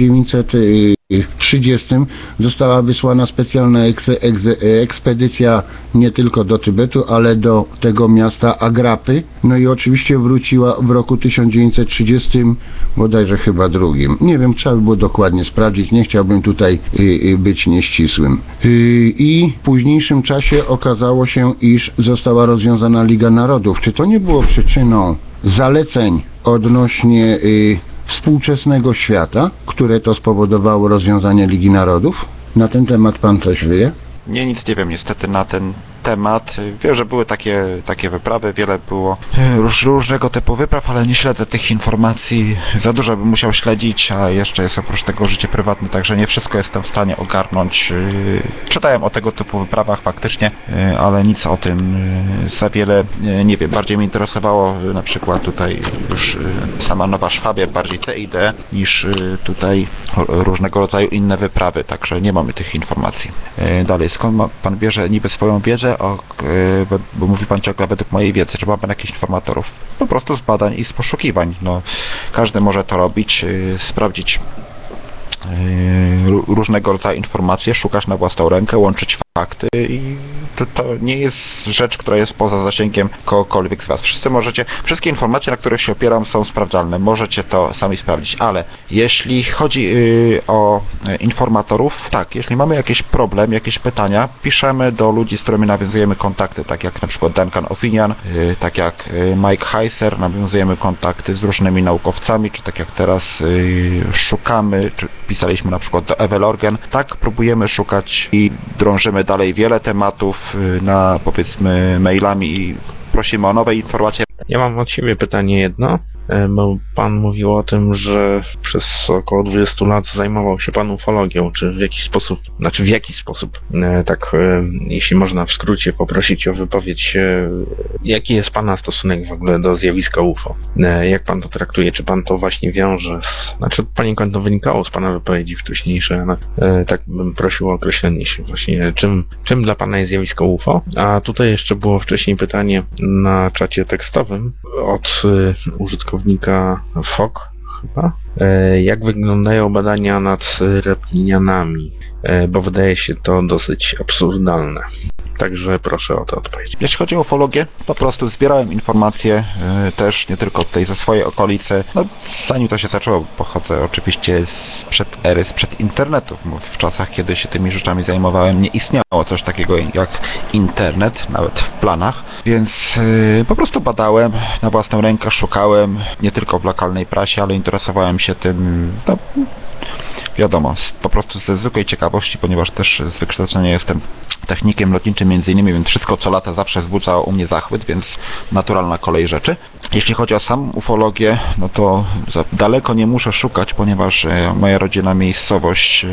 1930 została wysłana specjalna ekspedycja nie tylko do Tybetu, ale do tego miasta Agrapy, no i oczywiście wróciła w roku 1930, bodajże chyba drugim. Nie wiem, trzeba by było dokładnie sprawdzić, nie chciałbym tutaj być nieścisłym. I w późniejszym czasie okazało się, iż została rozwiązana Liga Narodów. Czy to nie było przyczyną zaleceń odnośnie współczesnego świata, które to spowodowało rozwiązanie Ligi Narodów? Na ten temat pan coś wie? Nie, nic nie wiem niestety na ten temat. Wiem, że były takie wyprawy, wiele było różnego typu wypraw, ale nie śledzę tych informacji. Za dużo bym musiał śledzić, a jeszcze jest oprócz tego życie prywatne, także nie wszystko jestem w stanie ogarnąć. Czytałem o tego typu wyprawach faktycznie, ale nic o tym za wiele nie wiem. Bardziej mnie interesowało na przykład tutaj już sama Nowa Szwabia, bardziej te idee, niż tutaj różnego rodzaju inne wyprawy, także nie mamy tych informacji. Dalej, skąd pan bierze niby swoją wiedzę? Bo mówi pan ciągle według mojej wiedzy, czy ma pan jakichś informatorów? Po prostu z badań i z poszukiwań. No, każdy może to robić, sprawdzić różnego rodzaju informacje, szukać na własną rękę, łączyć fakty i to nie jest rzecz, która jest poza zasięgiem kogokolwiek z was. Wszystkie informacje, na których się opieram, są sprawdzalne. Możecie to sami sprawdzić, ale jeśli chodzi o informatorów, tak, jeśli mamy jakiś problem, jakieś pytania, piszemy do ludzi, z którymi nawiązujemy kontakty, tak jak na przykład Duncan Ofinian, tak jak Mike Heiser, nawiązujemy kontakty z różnymi naukowcami, czy tak jak teraz szukamy, czy pisaliśmy na przykład do Ewelorgen, tak, próbujemy szukać i drążymy dalej wiele tematów na, powiedzmy, mailami i prosimy o nowe informacje. Ja mam od siebie pytanie jedno, bo pan mówił o tym, że przez około 20 lat zajmował się pan ufologią. Czy w jaki sposób, tak jeśli można w skrócie poprosić o wypowiedź, jaki jest pana stosunek w ogóle do zjawiska UFO? Jak pan to traktuje? Czy pan to właśnie wiąże? Znaczy poniekąd to wynikało z pana wypowiedzi wcześniejszej, ale tak bym prosił o określenie się właśnie, czym dla pana jest zjawisko UFO? A tutaj jeszcze było wcześniej pytanie na czacie tekstowym od użytkownika FOK chyba. Jak wyglądają badania nad reptilianami? Bo wydaje się to dosyć absurdalne. Także proszę o tę odpowiedź. Jeśli chodzi o ufologię, po prostu zbierałem informacje też nie tylko tutaj ze swojej okolicy. No, zanim to się zaczęło, pochodzę oczywiście sprzed internetu. W czasach, kiedy się tymi rzeczami zajmowałem, nie istniało coś takiego jak internet, nawet w planach. Więc po prostu badałem na własną rękę, szukałem nie tylko w lokalnej prasie, ale interesowałem się tym, no, wiadomo, po prostu ze zwykłej ciekawości, ponieważ też z wykształcenia jestem technikiem lotniczym między innymi, więc wszystko co lata zawsze wzbudzało u mnie zachwyt, więc naturalna kolej rzeczy. Jeśli chodzi o samą ufologię, no to za daleko nie muszę szukać, ponieważ moja rodzinna miejscowość,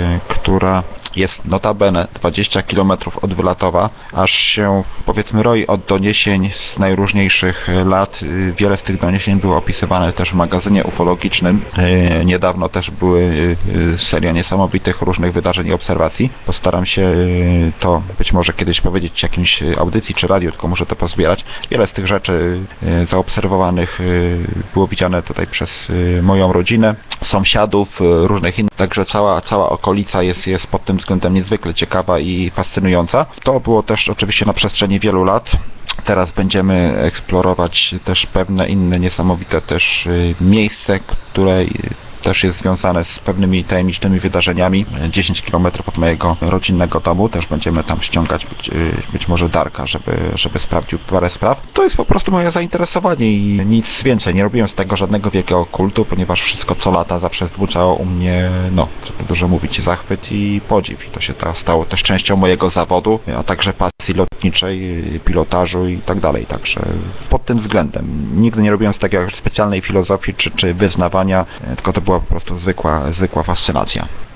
która jest notabene 20 km od Wylatowa, aż się, powiedzmy, roi od doniesień z najróżniejszych lat. Wiele z tych doniesień było opisywane też w magazynie ufologicznym. Niedawno też były seria niesamowitych różnych wydarzeń i obserwacji. Postaram się to być może kiedyś powiedzieć w jakimś audycji czy radiu, tylko muszę to pozbierać. Wiele z tych rzeczy zaobserwowanych było widziane tutaj przez moją rodzinę, sąsiadów, różnych innych, także cała okolica jest pod tym względem niezwykle ciekawa i fascynująca. To było też oczywiście na przestrzeni wielu lat. Teraz będziemy eksplorować też pewne inne niesamowite też miejsce, które też jest związane z pewnymi tajemniczymi wydarzeniami. 10 km od mojego rodzinnego domu, też będziemy tam ściągać być może Darka, żeby sprawdził parę spraw. To jest po prostu moje zainteresowanie i nic więcej. Nie robiłem z tego żadnego wielkiego kultu, ponieważ wszystko co lata zawsze wzbudzało u mnie, no, żeby dużo mówić, zachwyt i podziw. I to się stało też częścią mojego zawodu, a także pasji lotniczej, pilotażu i tak dalej. Także pod tym względem nigdy nie robiłem z tego specjalnej filozofii czy wyznawania, tylko to była po prostu zwykła fascynacja.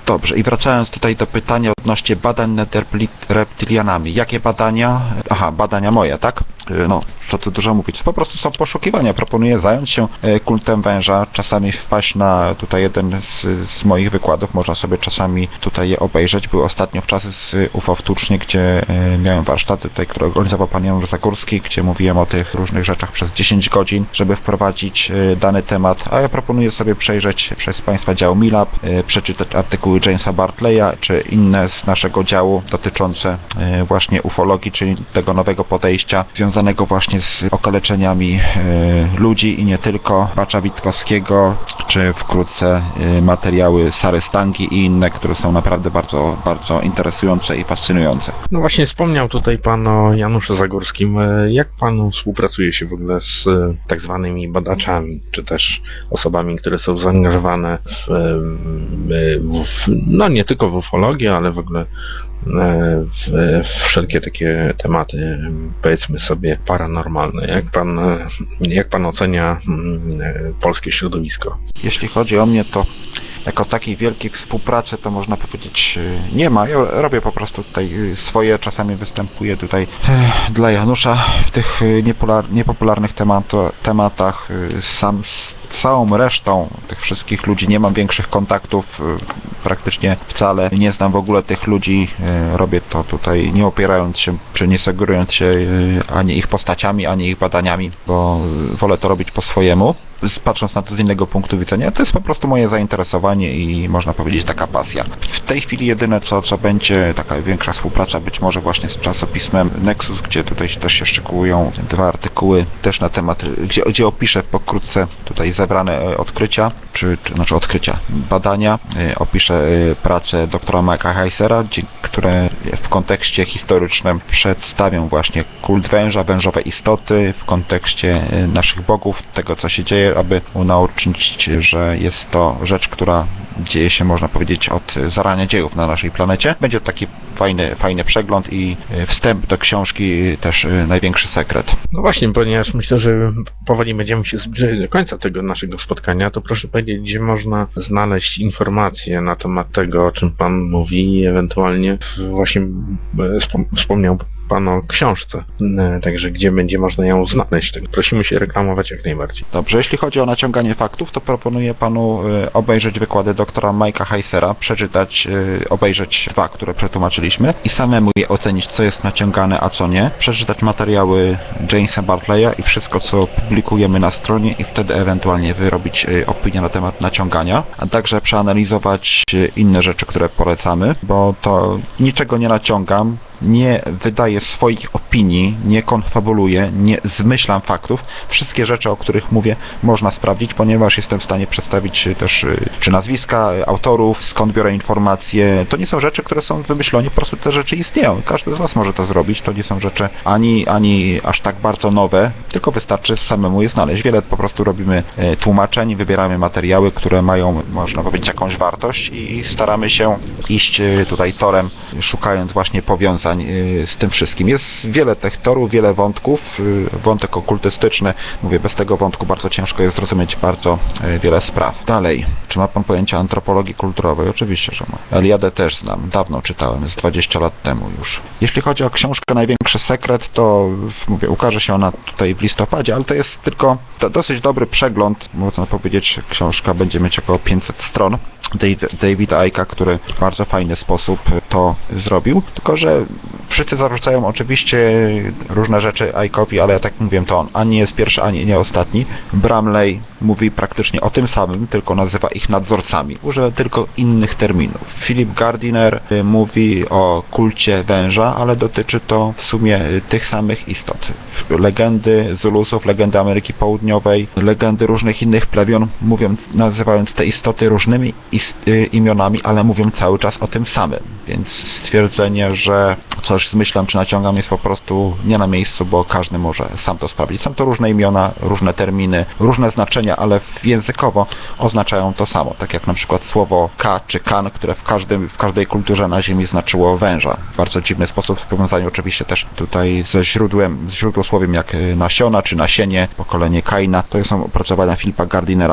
Dobrze, i wracając tutaj do pytania odnośnie badań nad reptilianami. Jakie badania? Aha, badania moje, tak? No, co tu dużo mówić. Po prostu są poszukiwania. Proponuję zająć się kultem węża, czasami wpaść na tutaj jeden z moich wykładów. Można sobie czasami tutaj je obejrzeć. Był ostatnio w czasy z UFO w Tucznie, gdzie miałem warsztaty tutaj, które organizował pan Janusz Zagórski, gdzie mówiłem o tych różnych rzeczach przez 10 godzin, żeby wprowadzić dany temat. A ja proponuję sobie przejrzeć przez Państwa dział MILAB, przeczytać artykuły Jamesa Bartleya, czy inne z naszego działu dotyczące właśnie ufologii, czyli tego nowego podejścia związanego właśnie z okaleczeniami ludzi i nie tylko, Bacza Witkowskiego, czy wkrótce materiały Sary Stangi i inne, które są naprawdę bardzo, bardzo interesujące i fascynujące. No właśnie wspomniał tutaj pan o Januszu Zagórskim. Jak pan współpracuje się w ogóle z tak zwanymi badaczami, czy też osobami, które są zaangażowane no nie tylko w ufologię, ale w ogóle w wszelkie takie tematy, powiedzmy sobie, paranormalne. Jak pan ocenia polskie środowisko? Jeśli chodzi o mnie, to jako takiej wielkiej współpracy to można powiedzieć nie ma. Ja robię po prostu tutaj swoje, czasami występuję tutaj dla Janusza w tych niepopularnych tematach. Sam z całą resztą tych wszystkich ludzi nie mam większych kontaktów, praktycznie wcale nie znam w ogóle tych ludzi. Robię to tutaj nie opierając się, czy nie sugerując się ani ich postaciami, ani ich badaniami, bo wolę to robić po swojemu. Patrząc na to z innego punktu widzenia, to jest po prostu moje zainteresowanie i można powiedzieć taka pasja. W tej chwili jedyne co będzie taka większa współpraca być może właśnie z czasopismem Nexus, gdzie tutaj też się szczegółują 2 artykuły też na temat, gdzie opiszę pokrótce tutaj zebrane odkrycia, badania. Opiszę pracę doktora Mike'a Heisera, które w kontekście historycznym przedstawią właśnie kult węża, wężowe istoty w kontekście naszych bogów, tego co się dzieje, aby unaocznić, że jest to rzecz, która dzieje się, można powiedzieć, od zarania dziejów na naszej planecie. Będzie to taki fajny przegląd i wstęp do książki też największy sekret. No właśnie, ponieważ myślę, że powoli będziemy się zbliżać do końca tego naszego spotkania, to proszę powiedzieć, gdzie można znaleźć informacje na temat tego, o czym pan mówi i ewentualnie właśnie wspomniał pan o książce, także gdzie będzie można ją znaleźć. Tak, prosimy się reklamować jak najbardziej. Dobrze, jeśli chodzi o naciąganie faktów, to proponuję panu obejrzeć wykłady doktora Mike'a Heisera, przeczytać, obejrzeć 2, które przetłumaczyliśmy i samemu je ocenić, co jest naciągane, a co nie, przeczytać materiały Jamesa Bartleya i wszystko, co publikujemy na stronie i wtedy ewentualnie wyrobić opinię na temat naciągania, a także przeanalizować inne rzeczy, które polecamy, bo to niczego nie naciągam, nie wydaję swoich opinii, nie konfabuluję, nie zmyślam faktów. Wszystkie rzeczy, o których mówię, można sprawdzić, ponieważ jestem w stanie przedstawić też czy nazwiska autorów, skąd biorę informacje. To nie są rzeczy, które są wymyślone, po prostu te rzeczy istnieją. Każdy z Was może to zrobić. To nie są rzeczy ani aż tak bardzo nowe, tylko wystarczy samemu je znaleźć. Wiele po prostu robimy tłumaczeń, wybieramy materiały, które mają, można powiedzieć, jakąś wartość i staramy się iść tutaj torem, szukając właśnie powiązań z tym wszystkim. Jest wiele tych torów, wiele wątków. Wątek okultystyczny, mówię, bez tego wątku bardzo ciężko jest zrozumieć bardzo wiele spraw. Dalej, czy ma pan pojęcie antropologii kulturowej? Oczywiście, że ma. Eliadę też znam, dawno czytałem, z 20 lat temu już. Jeśli chodzi o książkę Największy Sekret, to mówię, ukaże się ona tutaj w listopadzie, ale to jest tylko dosyć dobry przegląd, można powiedzieć, książka będzie mieć około 500 stron. Davida Icke'a, który w bardzo fajny sposób to zrobił, tylko że wszyscy zarzucają oczywiście różne rzeczy Icke'owi, ale ja tak mówię, to on ani nie jest pierwszy, ani nie ostatni. Bramley mówi praktycznie o tym samym, tylko nazywa ich nadzorcami. Używa tylko innych terminów. Philip Gardiner mówi o kulcie węża, ale dotyczy to w sumie tych samych istot. Legendy Zulusów, legendy Ameryki Południowej, legendy różnych innych plebion mówią, nazywając te istoty różnymi imionami, ale mówią cały czas o tym samym. Więc stwierdzenie, że coś zmyślam czy naciągam, jest po prostu nie na miejscu, bo każdy może sam to sprawdzić. Są to różne imiona, różne terminy, różne znaczenia, ale językowo oznaczają to samo. Tak jak na przykład słowo Ka czy Kan, które w każdej kulturze na Ziemi znaczyło węża. W bardzo dziwny sposób, w powiązaniu oczywiście też tutaj ze źródłosłowiem jak nasiona czy nasienie, pokolenie Kaina. To są opracowania Philipa Gardinera.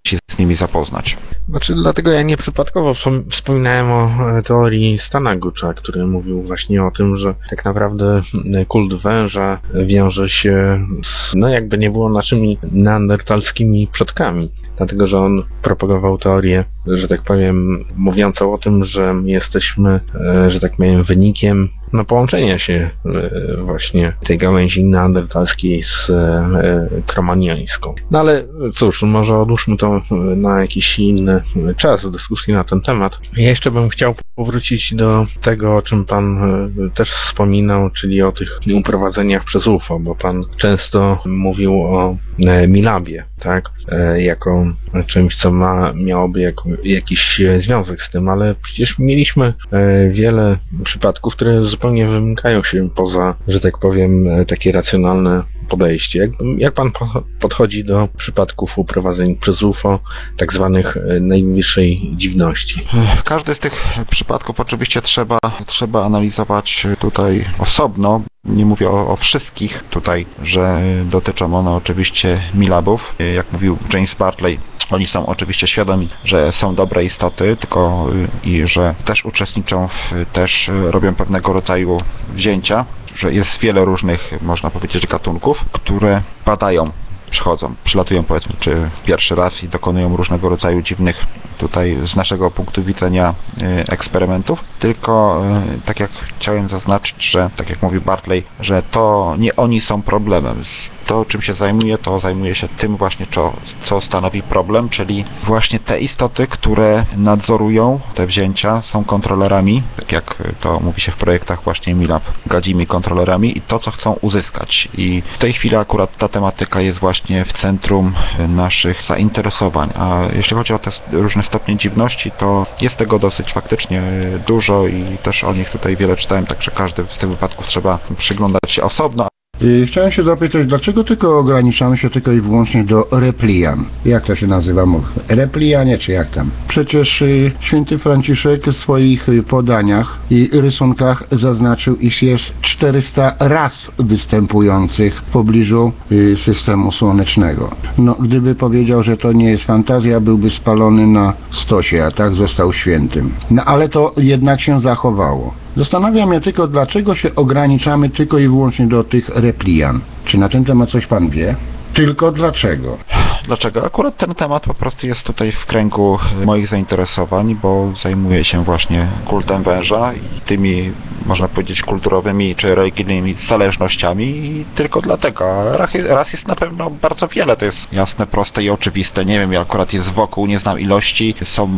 się z nimi zapoznać. Znaczy, dlatego ja nieprzypadkowo wspominałem o teorii Stanagucha, który mówił właśnie o tym, że tak naprawdę kult węża wiąże się z, no jakby nie było naszymi neandertalskimi przodkami. Dlatego, że on propagował teorię, że tak powiem, mówiącą o tym, że my jesteśmy, że tak powiem, wynikiem połączenia się właśnie tej gałęzi neandertalskiej z kromaniańską. No ale cóż, może odłóżmy to na jakiś inny czas dyskusji na ten temat. Ja jeszcze bym chciał powrócić do tego, o czym pan też wspominał, czyli o tych uprowadzeniach przez UFO, bo pan często mówił o Milabie, tak, jako czymś, co miałoby jakiś związek z tym, ale przecież mieliśmy wiele przypadków, które zupełnie wymykają się poza, że tak powiem, takie racjonalne podejście. Jak pan podchodzi do przypadków uprowadzeń przez UFO, tak zwanych najwyższej dziwności? Każdy z tych przypadków oczywiście trzeba analizować tutaj osobno. Nie mówię o wszystkich tutaj, że dotyczą one oczywiście Milabów. Jak mówił James Bartley, oni są oczywiście świadomi, że są dobre istoty, tylko i że też uczestniczą też robią pewnego rodzaju wzięcia, że jest wiele różnych, można powiedzieć, gatunków, które badają, przylatują powiedzmy, czy pierwszy raz i dokonują różnego rodzaju dziwnych tutaj z naszego punktu widzenia eksperymentów, tylko tak jak chciałem zaznaczyć, że tak jak mówił Bartley, że to nie oni są problemem. To, czym się zajmuje, to zajmuje się tym właśnie, co stanowi problem, czyli właśnie te istoty, które nadzorują te wzięcia, są kontrolerami, tak jak to mówi się w projektach właśnie Milab, gadzimi kontrolerami i to, co chcą uzyskać. I w tej chwili akurat ta tematyka jest właśnie w centrum naszych zainteresowań. A jeśli chodzi o te różne stopnie dziwności, to jest tego dosyć faktycznie dużo i też o nich tutaj wiele czytałem, także każdy z tych wypadków trzeba przyglądać się osobno. Chciałem się zapytać, dlaczego tylko ograniczamy się tylko i wyłącznie do replian? Jak to się nazywa? Replianie czy jak tam? Przecież święty Franciszek w swoich podaniach i rysunkach zaznaczył, iż jest 400 ras występujących w pobliżu systemu słonecznego. No, gdyby powiedział, że to nie jest fantazja, byłby spalony na stosie, a tak został świętym. No ale to jednak się zachowało. Zastanawiam mnie tylko, dlaczego się ograniczamy tylko i wyłącznie do tych replian. Czy na ten temat coś pan wie? Tylko dlaczego? Dlaczego? Akurat ten temat po prostu jest tutaj w kręgu moich zainteresowań, bo zajmuję się właśnie kultem węża i tymi, można powiedzieć, kulturowymi czy religijnymi zależnościami i tylko dlatego. Raz jest na pewno bardzo wiele, to jest jasne, proste i oczywiste. Nie wiem, akurat jest wokół, nie znam ilości,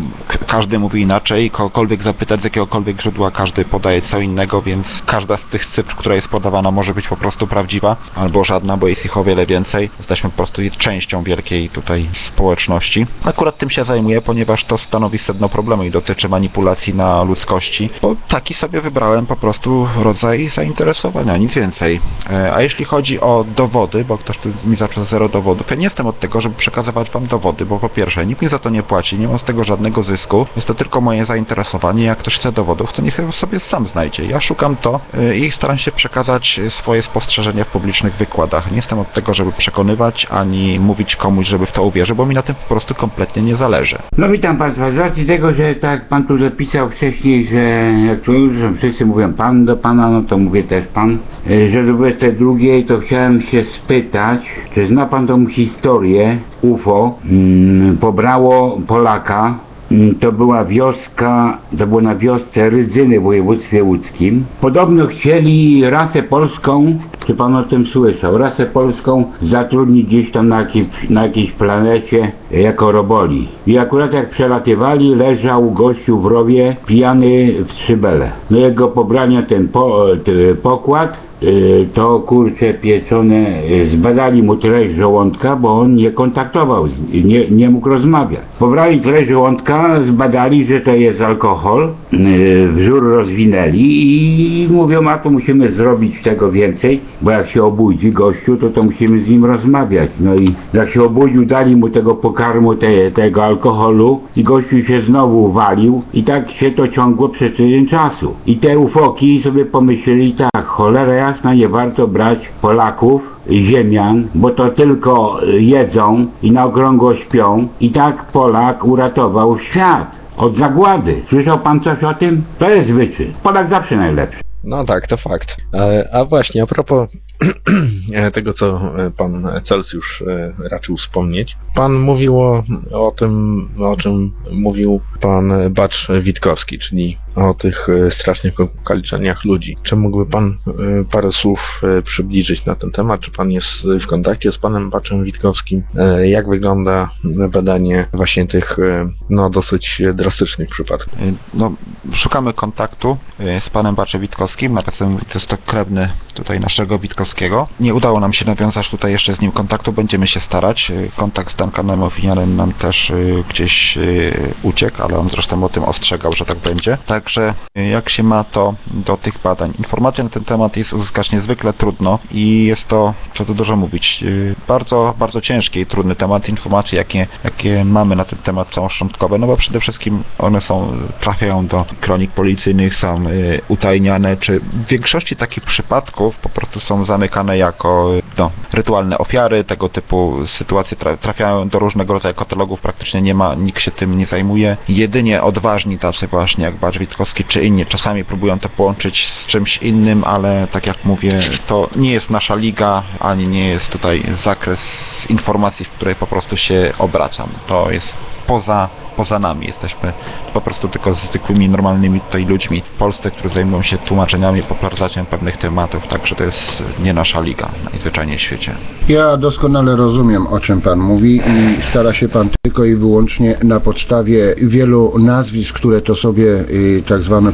każdy mówi inaczej, kogokolwiek zapytać z jakiegokolwiek źródła, każdy podaje co innego, więc każda z tych cyfr, która jest podawana, może być po prostu prawdziwa, albo żadna, bo jest ich o wiele więcej. Jesteśmy po prostu częścią wielkiej tutaj społeczności. Akurat tym się zajmuję, ponieważ to stanowi sedno problemu i dotyczy manipulacji na ludzkości, bo taki sobie wybrałem po prostu rodzaj zainteresowania, nic więcej. A jeśli chodzi o dowody, bo ktoś tu mi zaczął 0 dowodów, ja nie jestem od tego, żeby przekazywać wam dowody, bo po pierwsze, nikt mi za to nie płaci, nie mam z tego żadnego zysku, jest to tylko moje zainteresowanie, jak ktoś chce dowodów, to niech sobie sam znajdzie. Ja szukam to i staram się przekazać swoje spostrzeżenia w publicznych wykładach. Nie jestem od tego, żeby przekonywać, ani mówić komuś, żeby w to uwierzył, bo mi na tym po prostu kompletnie nie zależy. No witam Państwa, z racji tego, że tak jak Pan tu zapisał wcześniej, że jak tu już wszyscy mówią Pan do Pana, no to mówię też Pan, że do 22 to chciałem się spytać, czy zna Pan tą historię UFO, pobrało Polaka. To była wioska, to było na wiosce Rydzyny w województwie łódzkim. Podobno chcieli rasę polską, czy pan o tym słyszał, rasę polską zatrudnić gdzieś tam na jakiejś planecie jako roboli. I akurat jak przelatywali, leżał gościu w rowie, pijany w trzybele. No jak go pobrania ten pokład, to kurcze pieczone, zbadali mu treść żołądka, bo on nie kontaktował, nie mógł rozmawiać. Pobrali treść żołądka, zbadali, że to jest alkohol wzór rozwinęli i mówią, a to musimy zrobić tego więcej, bo jak się obudzi gościu, to musimy z nim rozmawiać. No i jak się obudził, dali mu tego pokarmu, tego alkoholu i gościu się znowu walił i tak się to ciągło przez tydzień czasu. I te ufoki sobie pomyśleli tak, cholera jasna, nie warto brać Polaków, ziemian, bo to tylko jedzą i na okrągło śpią i tak Polak uratował świat od zagłady. Słyszał pan coś o tym? To jest wyczyn. Polak zawsze najlepszy. No tak, to fakt. A właśnie, a propos tego, co pan Celsjusz raczył wspomnieć. Pan mówił o tym, o czym mówił pan Bacz Witkowski, czyli o tych strasznych okaliczeniach ludzi. Czy mógłby pan parę słów przybliżyć na ten temat? Czy pan jest w kontakcie z panem Baczem Witkowskim? Jak wygląda badanie właśnie tych dosyć drastycznych przypadków? No, szukamy kontaktu z panem Baczem Witkowskim, napisem to jest to krewny tutaj naszego Witkowskiego. Nie udało nam się nawiązać tutaj jeszcze z nim kontaktu, będziemy się starać. Kontakt z Duncanem Ofinianem nam też gdzieś uciekł, ale on zresztą o tym ostrzegał, że tak będzie. Także jak się ma to do tych badań? Informacja na ten temat jest uzyskać niezwykle trudno i jest to, co tu dużo mówić, bardzo, bardzo ciężki i trudny temat. Informacje, jakie mamy na ten temat, są szczątkowe, no bo przede wszystkim one trafiają do kronik policyjnych, są utajniane, czy w większości takich przypadków po prostu są zamykane jako rytualne ofiary, tego typu sytuacje trafiają do różnego rodzaju katalogów, praktycznie nie ma, nikt się tym nie zajmuje. Jedynie odważni tacy właśnie jak Bacz Witkowski czy inni czasami próbują to połączyć z czymś innym, ale tak jak mówię, to nie jest nasza liga, ani nie jest tutaj zakres informacji, w której po prostu się obracam. To jest poza nami. Jesteśmy po prostu tylko zwykłymi, normalnymi tutaj ludźmi w Polsce, którzy zajmują się tłumaczeniami, popularyzacją pewnych tematów, także to jest nie nasza liga najzwyczajniej w świecie. Ja doskonale rozumiem, o czym pan mówi i stara się pan tylko i wyłącznie na podstawie wielu nazwisk, które to sobie tak zwane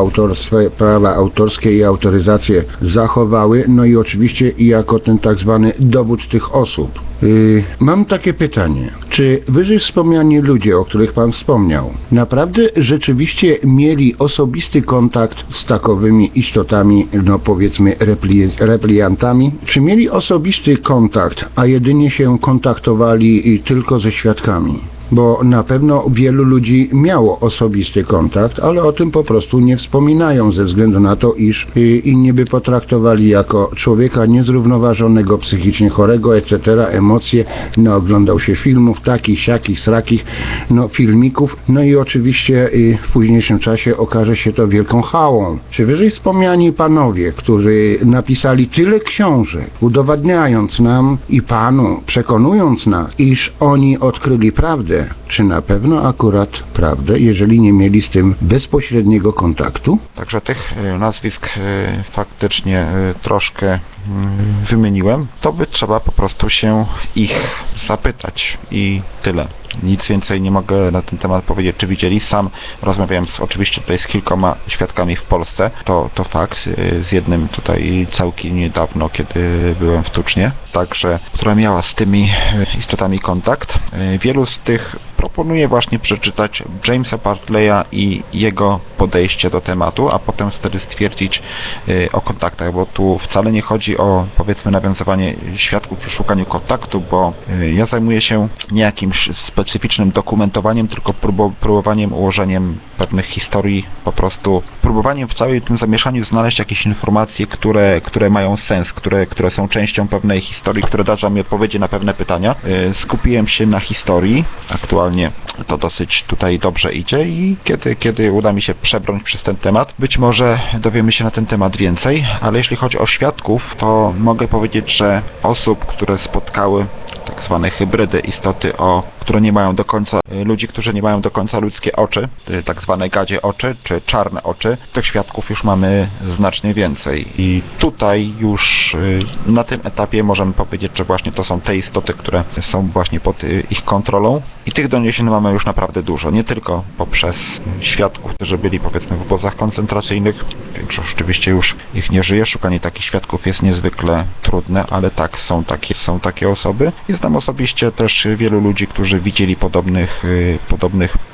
prawa autorskie i autoryzacje zachowały, no i oczywiście jako ten tak zwany dowód tych osób. Mam takie pytanie. Czy wyżej wspomniani ludzie, o których pan wspomniał, naprawdę rzeczywiście mieli osobisty kontakt z takowymi istotami, no powiedzmy repliantami? Czy mieli osobisty kontakt, a jedynie się kontaktowali tylko ze świadkami? Bo na pewno wielu ludzi miało osobisty kontakt, ale o tym po prostu nie wspominają ze względu na to, iż inni by potraktowali jako człowieka niezrównoważonego, psychicznie chorego, etc., emocje, oglądał się filmów takich, siakich, srakich, filmików, i oczywiście w późniejszym czasie okaże się to wielką chałą. Czy wyżej wspomniani panowie, którzy napisali tyle książek, udowadniając nam i panu, przekonując nas, iż oni odkryli prawdę, czy na pewno akurat prawdę, jeżeli nie mieli z tym bezpośredniego kontaktu? Także tych nazwisk faktycznie troszkę wymieniłem, to by trzeba po prostu się ich zapytać i tyle. Nic więcej nie mogę na ten temat powiedzieć, czy widzieli. Sam rozmawiałem oczywiście tutaj z kilkoma świadkami w Polsce, to fakt, z jednym tutaj całkiem niedawno, kiedy byłem w Tucznie, także, która miała z tymi istotami kontakt. Wielu z tych proponuję właśnie przeczytać Jamesa Bartleya i jego podejście do tematu, a potem wtedy stwierdzić o kontaktach, bo tu wcale nie chodzi o, powiedzmy, nawiązywanie świadków i szukanie kontaktu, bo ja zajmuję się nie jakimś specyficznym dokumentowaniem, tylko próbowaniem, ułożeniem pewnych historii, po prostu próbowaniem w całym tym zamieszaniu znaleźć jakieś informacje, które mają sens, które są częścią pewnej historii, które dadzą mi odpowiedzi na pewne pytania. Skupiłem się na historii, aktualnie to dosyć tutaj dobrze idzie i kiedy uda mi się przebrnąć przez ten temat, być może dowiemy się na ten temat więcej, ale jeśli chodzi o świadków, to mogę powiedzieć, że osób, które spotkały tak zwane hybrydy, istoty, które nie mają do końca, ludzi, którzy nie mają do końca ludzkie oczy, tak zwane gadzie oczy, czy czarne oczy, tych świadków już mamy znacznie więcej. I tutaj już na tym etapie możemy powiedzieć, że właśnie to są te istoty, które są właśnie pod ich kontrolą. I tych doniesień mamy już naprawdę dużo, nie tylko poprzez świadków, którzy byli, powiedzmy, w obozach koncentracyjnych. Większość oczywiście już ich nie żyje, szukanie takich świadków jest niezwykle trudne, ale tak, są takie osoby. I znam osobiście też wielu ludzi, którzy widzieli podobnych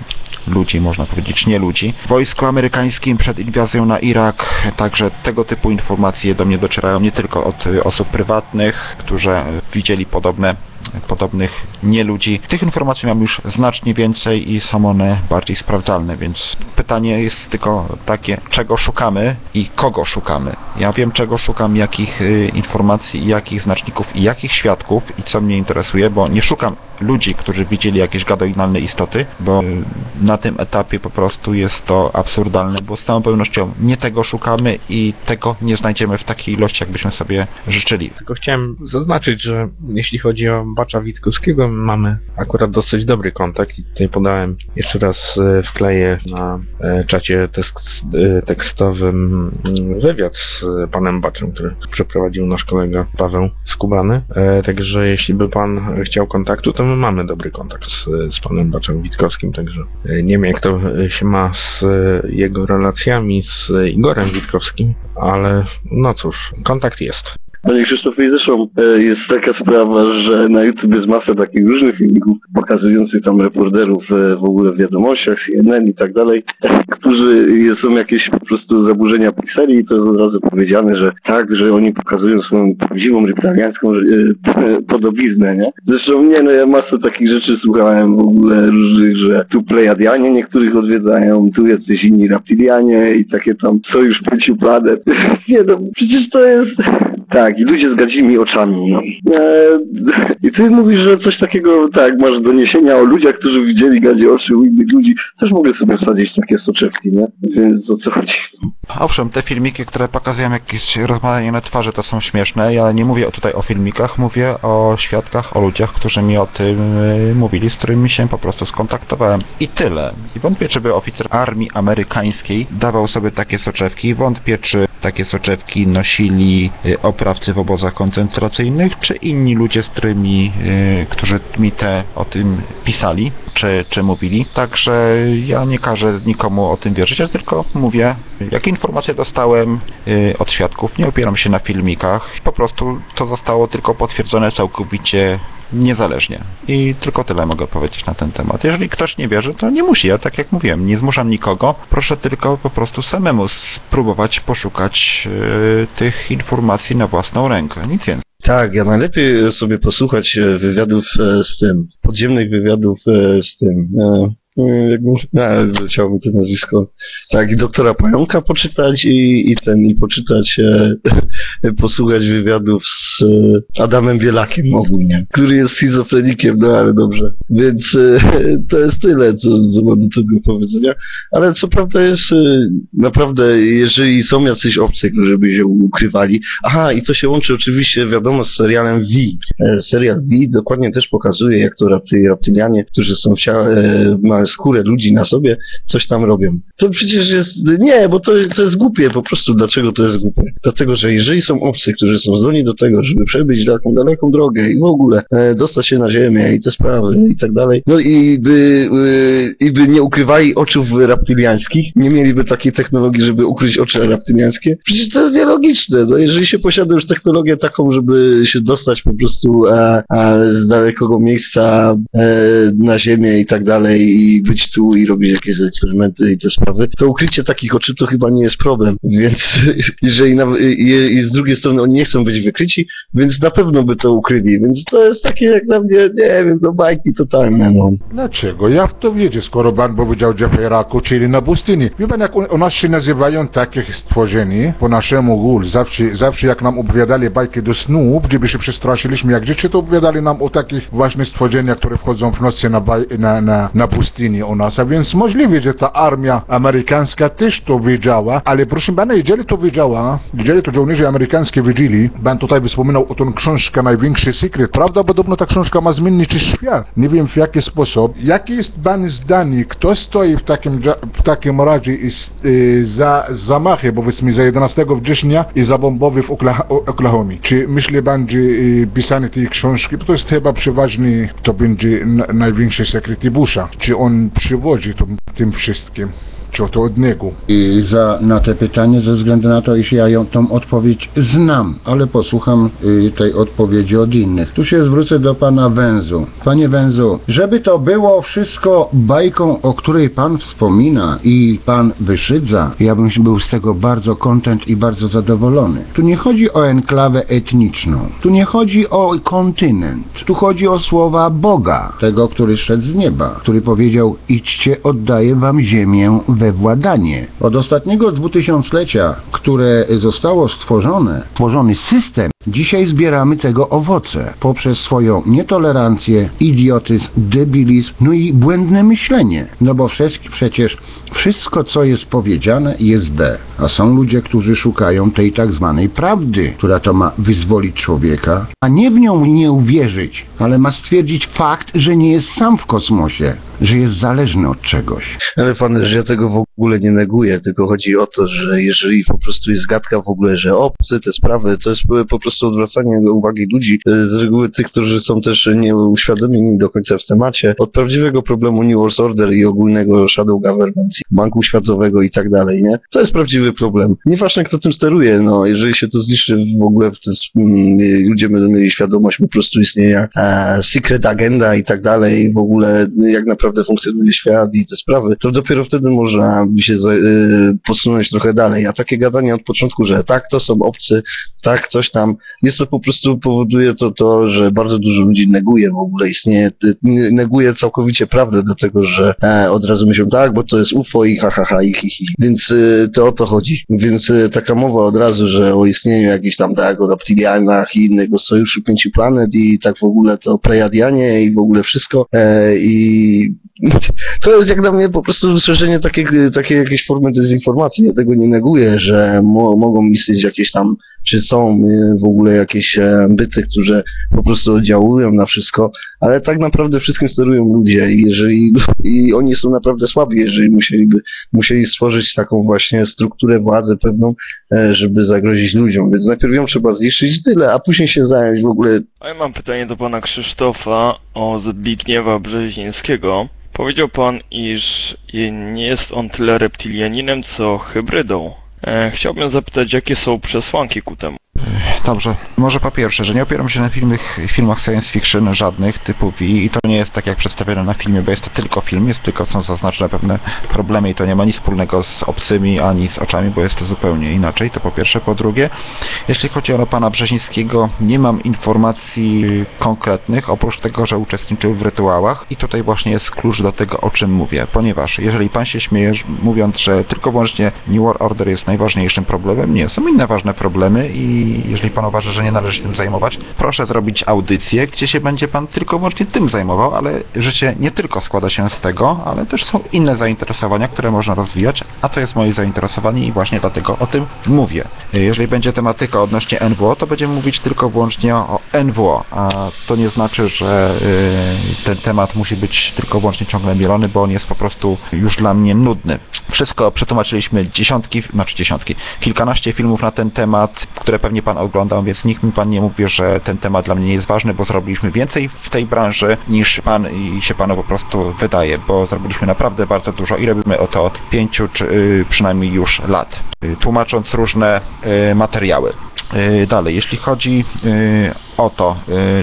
ludzi, można powiedzieć nie ludzi, w wojsku amerykańskim przed inwazją na Irak, także tego typu informacje do mnie docierają nie tylko od osób prywatnych, którzy widzieli podobnych nieludzi. Tych informacji mam już znacznie więcej i są one bardziej sprawdzalne, więc pytanie jest tylko takie, czego szukamy i kogo szukamy. Ja wiem, czego szukam, jakich informacji, jakich znaczników i jakich świadków i co mnie interesuje, bo nie szukam ludzi, którzy widzieli jakieś gadoidalne istoty, bo na tym etapie po prostu jest to absurdalne, bo z całą pewnością nie tego szukamy i tego nie znajdziemy w takiej ilości, jakbyśmy sobie życzyli. Tylko chciałem zaznaczyć, że jeśli chodzi o Bacza Witkowskiego, mamy akurat dosyć dobry kontakt i tutaj podałem, jeszcze raz wkleję na czacie tekstowym wywiad z panem Baczem, który przeprowadził nasz kolega Paweł Skubany. Także jeśli by pan chciał kontaktu, to my mamy dobry kontakt z panem Baczem Witkowskim, także nie wiem jak to się ma z jego relacjami z Igorem Witkowskim, ale no cóż, kontakt jest. Panie Krzysztofie, zresztą jest taka sprawa, że na YouTube jest masa takich różnych filmików pokazujących tam reporterów w ogóle w wiadomościach, CNN i tak dalej, którzy są jakieś po prostu zaburzenia pikseli i to jest od razu powiedziane, że tak, że oni pokazują swoją prawdziwą reptiliańską podobiznę, nie? Zresztą nie, no ja masę takich rzeczy słuchałem w ogóle różnych, że tu Plejadianie niektórych odwiedzają, tu jacyś inni reptilianie i takie tam sojusz 5 planet. Nie no, przecież to jest... Tak, i ludzie z gadzimi oczami, no. I ty mówisz, że coś takiego, tak, masz doniesienia o ludziach, którzy widzieli gadzie oczy u innych ludzi. Też mogę sobie wsadzić takie soczewki, nie? Więc o co chodzi? Owszem, te filmiki, które pokazują jakieś rozmawianie na twarzy, to są śmieszne. Ja nie mówię tutaj o filmikach, mówię o świadkach, o ludziach, którzy mi o tym mówili, z którymi się po prostu skontaktowałem. I tyle. I wątpię, czy by oficer armii amerykańskiej dawał sobie takie soczewki. Wątpię, czy takie soczewki nosili oprawcy w obozach koncentracyjnych, czy inni ludzie, z którymi, którzy mi o tym pisali, czy mówili. Także ja nie każę nikomu o tym wierzyć, ja tylko mówię, jakie informacje dostałem od świadków. Nie opieram się na filmikach. Po prostu to zostało tylko potwierdzone całkowicie niezależnie. I tylko tyle mogę powiedzieć na ten temat. Jeżeli ktoś nie wierzy, to nie musi. Ja tak jak mówiłem, nie zmuszam nikogo. Proszę tylko po prostu samemu spróbować poszukać tych informacji na własną rękę. Nic więcej. Tak, ja najlepiej sobie posłuchać wywiadów z tym, podziemnych wywiadów z tym, chciałbym to nazwisko, tak, i doktora Pająka poczytać i poczytać, posłuchać wywiadów z Adamem Bielakiem ogólnie, który jest schizofrenikiem, no ale dobrze. Więc to jest tyle, co mam do tego powiedzenia. Ale co prawda jest, naprawdę, jeżeli są jacyś obcy, którzy by się ukrywali, aha, i to się łączy oczywiście, wiadomo, z serialem V. Serial V dokładnie też pokazuje, jak to reptylianie, którzy są mają skórę ludzi na sobie, coś tam robią. To przecież jest... Nie, bo to jest głupie po prostu. Dlaczego to jest głupie? Dlatego, że jeżeli są obcy, którzy są zdolni do tego, żeby przebyć taką daleką drogę i w ogóle dostać się na ziemię i te sprawy i tak dalej, no i by nie ukrywali oczów reptyliańskich, nie mieliby takiej technologii, żeby ukryć oczy reptyliańskie, przecież to jest nielogiczne. No jeżeli się posiada już technologię taką, żeby się dostać po prostu z dalekiego miejsca na ziemię i tak dalej i być tu i robić jakieś eksperymenty i te sprawy, to ukrycie takich oczy to chyba nie jest problem, więc jeżeli i z drugiej strony oni nie chcą być wykryci, więc na pewno by to ukryli, więc to jest takie jak na mnie, nie wiem, no bajki totalne, no. Dlaczego? Jak to wiecie, skoro pan powiedział Jeffrey Raku, czyli na pustyni. Wie pan, jak u nas się nazywają takie stworzeni, po naszemu gul, zawsze jak nam opowiadali bajki do snu, gdzie by się przestraszyliśmy jak dzieci, to opowiadali nam o takich właśnie stworzeniach, które wchodzą w nocy na pustyni u nas, a więc możliwe, że ta armia amerykańska też to wiedziała, ale proszę pana, jeżeli to wiedziała, jeżeli to żołnierze amerykańskie wiedzieli, pan tutaj wspominał o tą książkę Największy Sekret, prawdopodobno ta książka ma zmienić świat. Nie wiem w jaki sposób. Jakie jest pan zdanie, kto stoi w takim razie za zamachy, powiedzmy za 11 września i za bombowy w Oklahomie? Czy myśli pan, że pisanie tej książki, bo to jest chyba przeważnie, to będzie Największy Sekret Busha, czy on przywodzi tym wszystkim? Czy to od niego? Na te pytanie ze względu na to, iż ja tą odpowiedź znam, ale posłucham tej odpowiedzi od innych. Tu się zwrócę do pana Węzu. Panie Węzu, żeby to było wszystko bajką, o której pan wspomina i pan wyszydza, ja bym był z tego bardzo kontent i bardzo zadowolony. Tu nie chodzi o enklawę etniczną, tu nie chodzi o kontynent, tu chodzi o słowa Boga, tego, który szedł z nieba, który powiedział: idźcie, oddaję wam ziemię we władanie. Od ostatniego 2000-lecia, które zostało stworzony system, dzisiaj zbieramy tego owoce poprzez swoją nietolerancję, idiotyzm, debilizm, no i błędne myślenie. No bo przecież wszystko, co jest powiedziane, jest B. A są ludzie, którzy szukają tej tak zwanej prawdy, która to ma wyzwolić człowieka, a nie w nią nie uwierzyć, ale ma stwierdzić fakt, że nie jest sam w kosmosie, że jest zależny od czegoś. Ale pan, że ja tego w ogóle nie neguję, tylko chodzi o to, że jeżeli po prostu jest gadka w ogóle, że obcy, te sprawy, to jest po prostu odwracanie uwagi ludzi, z reguły tych, którzy są też nieuświadomieni do końca w temacie, od prawdziwego problemu New World Order i ogólnego shadow government, banku światowego i tak dalej, nie? To jest prawdziwy problem. Nieważne, kto tym steruje, no, jeżeli się to zniszczy w ogóle, ludzie będą mieli świadomość, po prostu istnieje secret agenda i tak dalej, w ogóle jak naprawdę funkcjonuje świat i te sprawy, to dopiero wtedy można się posunąć trochę dalej, a takie gadanie od początku, że tak, to są obcy, tak, coś tam, jest to po prostu, powoduje to, że bardzo dużo ludzi neguje w ogóle istnieje, neguje całkowicie prawdę do tego, że od razu myślą, tak, bo to jest UFO i i hi. Więc to o to chodzi. Więc taka mowa od razu, że o istnieniu jakichś tam, tak, o reptilianach i innego sojuszu 5 planet i tak w ogóle to Plejadianie i w ogóle wszystko i to jest jak dla mnie po prostu rozszerzenie takiej jakiejś formy dezinformacji. Ja tego nie neguję, że mogą istnieć jakieś tam, czy są w ogóle jakieś byty, które po prostu oddziałują na wszystko, ale tak naprawdę wszystkim sterują ludzie i oni są naprawdę słabi, jeżeli musieli stworzyć taką właśnie strukturę władzy pewną, żeby zagrozić ludziom, więc najpierw ją trzeba zniszczyć tyle, a później się zająć w ogóle. A ja mam pytanie do pana Krzysztofa o Zbigniewa Brzezińskiego. Powiedział pan, iż nie jest on tyle reptilianinem, co hybrydą. Chciałbym zapytać, jakie są przesłanki ku temu? Dobrze, może po pierwsze, że nie opieram się na filmach science fiction żadnych typu V i to nie jest tak jak przedstawione na filmie, bo jest to tylko film, jest tylko są zaznaczone pewne problemy i to nie ma nic wspólnego z obcymi ani z oczami, bo jest to zupełnie inaczej, to po pierwsze. Po drugie, jeśli chodzi o pana Brzezińskiego, nie mam informacji konkretnych, oprócz tego, że uczestniczył w rytuałach i tutaj właśnie jest klucz do tego, o czym mówię, ponieważ jeżeli pan się śmieje, mówiąc, że tylko wyłącznie New World Order jest najważniejszym problemem, nie, są inne ważne problemy i jeżeli pan uważa, że nie należy się tym zajmować, proszę zrobić audycję, gdzie się będzie pan tylko wyłącznie tym zajmował, ale życie nie tylko składa się z tego, ale też są inne zainteresowania, które można rozwijać, a to jest moje zainteresowanie i właśnie dlatego o tym mówię. Jeżeli będzie tematyka odnośnie NWO, to będziemy mówić tylko wyłącznie o NWO, a to nie znaczy, że ten temat musi być tylko wyłącznie ciągle mielony, bo on jest po prostu już dla mnie nudny. Wszystko przetłumaczyliśmy kilkanaście filmów na ten temat, które pewnie pan oglądał, więc nikt mi pan nie mówi, że ten temat dla mnie nie jest ważny, bo zrobiliśmy więcej w tej branży niż pan i się panu po prostu wydaje, bo zrobiliśmy naprawdę bardzo dużo i robimy o to od 5 czy przynajmniej już lat, tłumacząc różne materiały. Dalej, jeśli chodzi o to,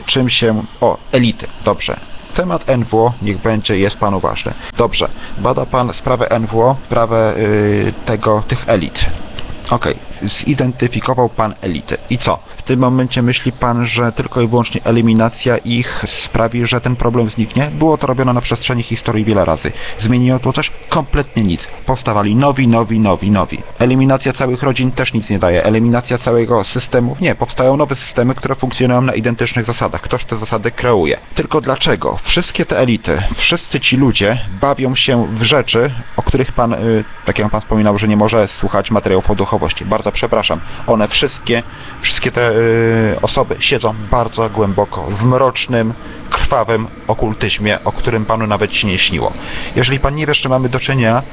elity, dobrze. Temat NWO niech będzie, jest panu ważny. Dobrze, bada pan sprawę NWO, sprawę tych elit. Okej, zidentyfikował pan elity. I co? W tym momencie myśli pan, że tylko i wyłącznie eliminacja ich sprawi, że ten problem zniknie? Było to robione na przestrzeni historii wiele razy. Zmieniło to coś? Kompletnie nic. Powstawali nowi. Eliminacja całych rodzin też nic nie daje. Eliminacja całego systemu? Nie. Powstają nowe systemy, które funkcjonują na identycznych zasadach. Ktoś te zasady kreuje. Tylko dlaczego? Wszystkie te elity, wszyscy ci ludzie bawią się w rzeczy, o których pan, tak jak pan wspominał, że nie może słuchać materiałów o duchowości. Bardzo przepraszam. One wszystkie te osoby siedzą bardzo głęboko w mrocznym, krwawym okultyzmie, o którym panu nawet się nie śniło. Jeżeli pan nie wie, że mamy do czynienia,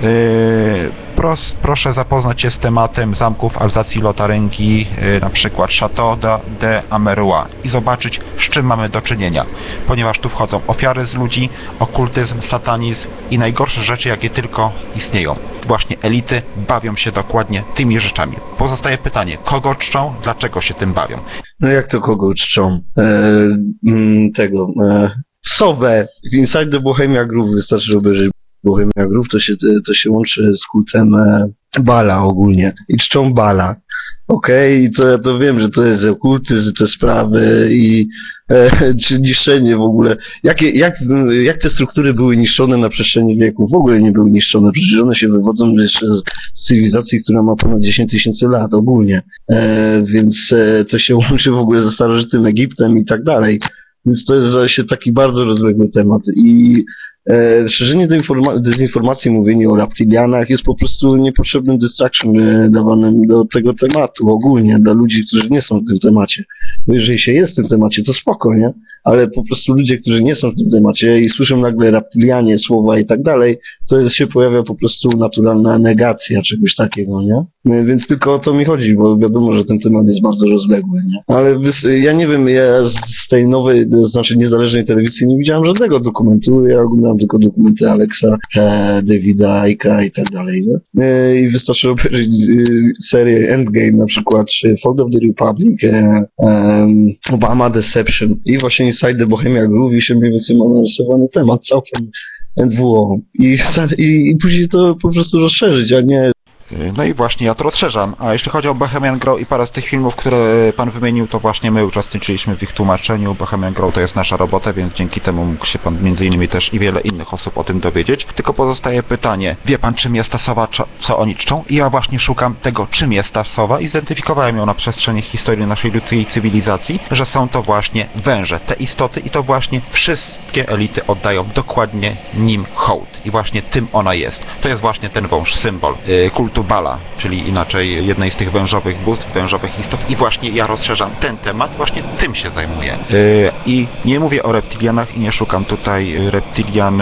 proszę zapoznać się z tematem zamków Alzacji-Lotaryngii, na przykład Château de Amerua i zobaczyć, z czym mamy do czynienia, ponieważ tu wchodzą ofiary z ludzi, okultyzm, satanizm i najgorsze rzeczy, jakie tylko istnieją. Właśnie elity bawią się dokładnie tymi rzeczami. Pozostaje pytanie, kogo czczą, dlaczego się tym bawią? No jak to kogo czczą? Sowę. Inside the Bohemia Groove wystarczy obejrzeć Bohemia Groove, to się łączy z kultem Bala ogólnie. I czczą Bala. Okej, to ja to wiem, że to jest okultyzm, te sprawy i czy niszczenie w ogóle. Jak te struktury były niszczone na przestrzeni wieków? W ogóle nie były niszczone, przecież one się wywodzą jeszcze z cywilizacji, która ma ponad 10 000 lat ogólnie. Więc to się łączy w ogóle ze starożytnym Egiptem i tak dalej. Więc to jest się taki bardzo rozległy temat i szerzenie dezinformacji, mówienie o reptilianach jest po prostu niepotrzebnym distraction dawanym do tego tematu ogólnie dla ludzi, którzy nie są w tym temacie. Bo jeżeli się jest w tym temacie, to spoko, nie? Ale po prostu ludzie, którzy nie są w tym temacie i słyszą nagle reptilianie, słowa i tak dalej, to się pojawia po prostu naturalna negacja czegoś takiego, nie? Więc tylko o to mi chodzi, bo wiadomo, że ten temat jest bardzo rozległy, nie? Ale ja nie wiem, ja z tej nowej, to znaczy niezależnej telewizji nie widziałem żadnego dokumentu, ja oglądałem tylko dokumenty Alexa, Davida Icke'a i tak dalej, nie? I wystarczy obejrzeć serię Endgame na przykład, czy Fall of the Republic, Obama Deception i właśnie Inside the Bohemia Groove i się mniej więcej ma narysowany temat całkiem NWO i później to po prostu rozszerzyć, a nie. No i właśnie ja to rozszerzam. A jeśli chodzi o Bohemian Grove i parę z tych filmów, które pan wymienił, to właśnie my uczestniczyliśmy w ich tłumaczeniu. Bohemian Grove to jest nasza robota, więc dzięki temu mógł się pan między innymi też i wiele innych osób o tym dowiedzieć. Tylko pozostaje pytanie, wie pan czym jest ta sowa, co oni czczą? I ja właśnie szukam tego, czym jest ta sowa i zidentyfikowałem ją na przestrzeni historii naszej ludzkiej cywilizacji, że są to właśnie węże, te istoty i to właśnie wszystkie elity oddają dokładnie nim hołd. I właśnie tym ona jest. To jest właśnie ten wąż, symbol kultu Bala, czyli inaczej jednej z tych wężowych bóstw, wężowych istot i właśnie ja rozszerzam ten temat, właśnie tym się zajmuję. I nie mówię o reptilianach i nie szukam tutaj reptilian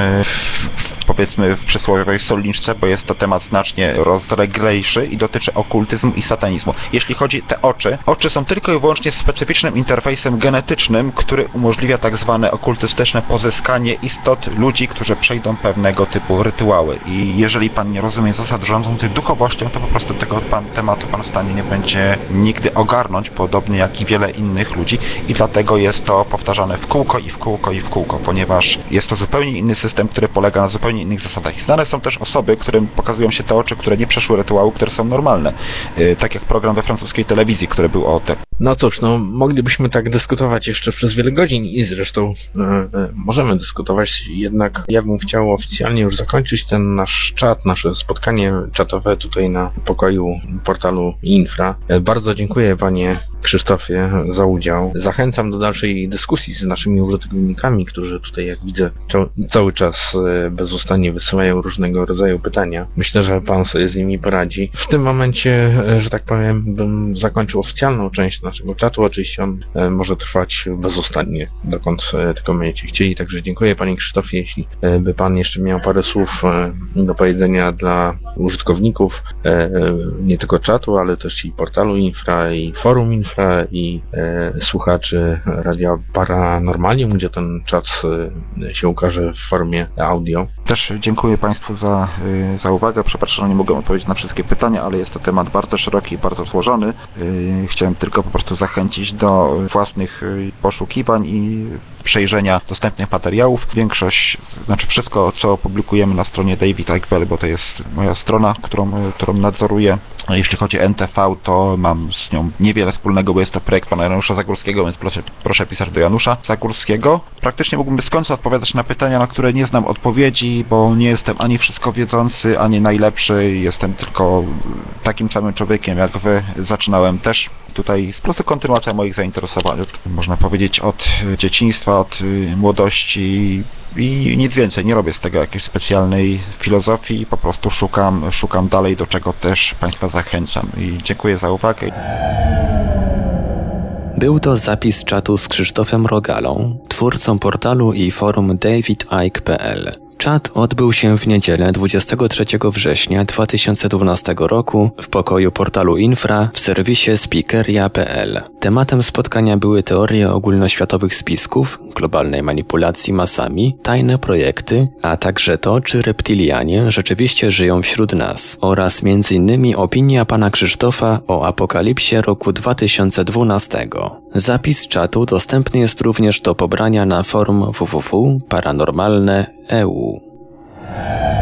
powiedzmy w przysłowiowej solniczce, bo jest to temat znacznie rozleglejszy i dotyczy okultyzmu i satanizmu. Jeśli chodzi o te oczy są tylko i wyłącznie specyficznym interfejsem genetycznym, który umożliwia tak zwane okultystyczne pozyskanie istot ludzi, którzy przejdą pewnego typu rytuały. I jeżeli pan nie rozumie zasad rządzących duchowością, to po prostu tego tematu pan w stanie nie będzie nigdy ogarnąć, podobnie jak i wiele innych ludzi i dlatego jest to powtarzane w kółko i w kółko i w kółko, ponieważ jest to zupełnie inny system, który polega na zupełnie innych zasadach. Znane są też osoby, którym pokazują się te oczy, które nie przeszły rytuału, które są normalne. Tak jak program we francuskiej telewizji, który był o tym. No cóż, no moglibyśmy tak dyskutować jeszcze przez wiele godzin i zresztą możemy dyskutować, jednak ja bym chciał oficjalnie już zakończyć ten nasz czat, nasze spotkanie czatowe tutaj na pokoju portalu Infra. Bardzo dziękuję panie Krzysztofie za udział. Zachęcam do dalszej dyskusji z naszymi użytkownikami, którzy tutaj, jak widzę, cały czas bezustannie wysyłają różnego rodzaju pytania. Myślę, że pan sobie z nimi poradzi. W tym momencie, że tak powiem, bym zakończył oficjalną część naszego czatu. Oczywiście on może trwać bezustannie, dokąd tylko będziecie chcieli. Także dziękuję panie Krzysztofie. Jeśli by pan jeszcze miał parę słów do powiedzenia dla użytkowników, nie tylko czatu, ale też i portalu Infra, i forum Infra, i słuchaczy Radia Paranormalium, gdzie ten czat się ukaże w formie audio. Też dziękuję państwu za uwagę. Przepraszam, że nie mogłem odpowiedzieć na wszystkie pytania, ale jest to temat bardzo szeroki i bardzo złożony. Chciałem tylko po prostu zachęcić do własnych poszukiwań i przejrzenia dostępnych materiałów. Większość, znaczy wszystko, co publikujemy na stronie David Icke, bo to jest moja strona, którą nadzoruję. Jeśli chodzi o NTV, to mam z nią niewiele wspólnego, bo jest to projekt pana Janusza Zagórskiego, więc proszę pisać do Janusza Zagórskiego. Praktycznie mógłbym bez końca odpowiadać na pytania, na które nie znam odpowiedzi, bo nie jestem ani wszystko wiedzący, ani najlepszy. Jestem tylko takim samym człowiekiem jak wy. Zaczynałem też. Tutaj po prostu kontynuacja moich zainteresowań, można powiedzieć, od dzieciństwa, od młodości i nic więcej. Nie robię z tego jakiejś specjalnej filozofii, po prostu szukam dalej, do czego też państwa zachęcam. I dziękuję za uwagę. Był to zapis czatu z Krzysztofem Rogalą, twórcą portalu i forum davidicke.pl. Czat odbył się w niedzielę 23 września 2012 roku w pokoju portalu Infra w serwisie speakeria.pl. Tematem spotkania były teorie ogólnoświatowych spisków, globalnej manipulacji masami, tajne projekty, a także to, czy reptilianie rzeczywiście żyją wśród nas oraz m.in. opinia pana Krzysztofa o apokalipsie roku 2012. Zapis czatu dostępny jest również do pobrania na forum www.paranormalne.eu.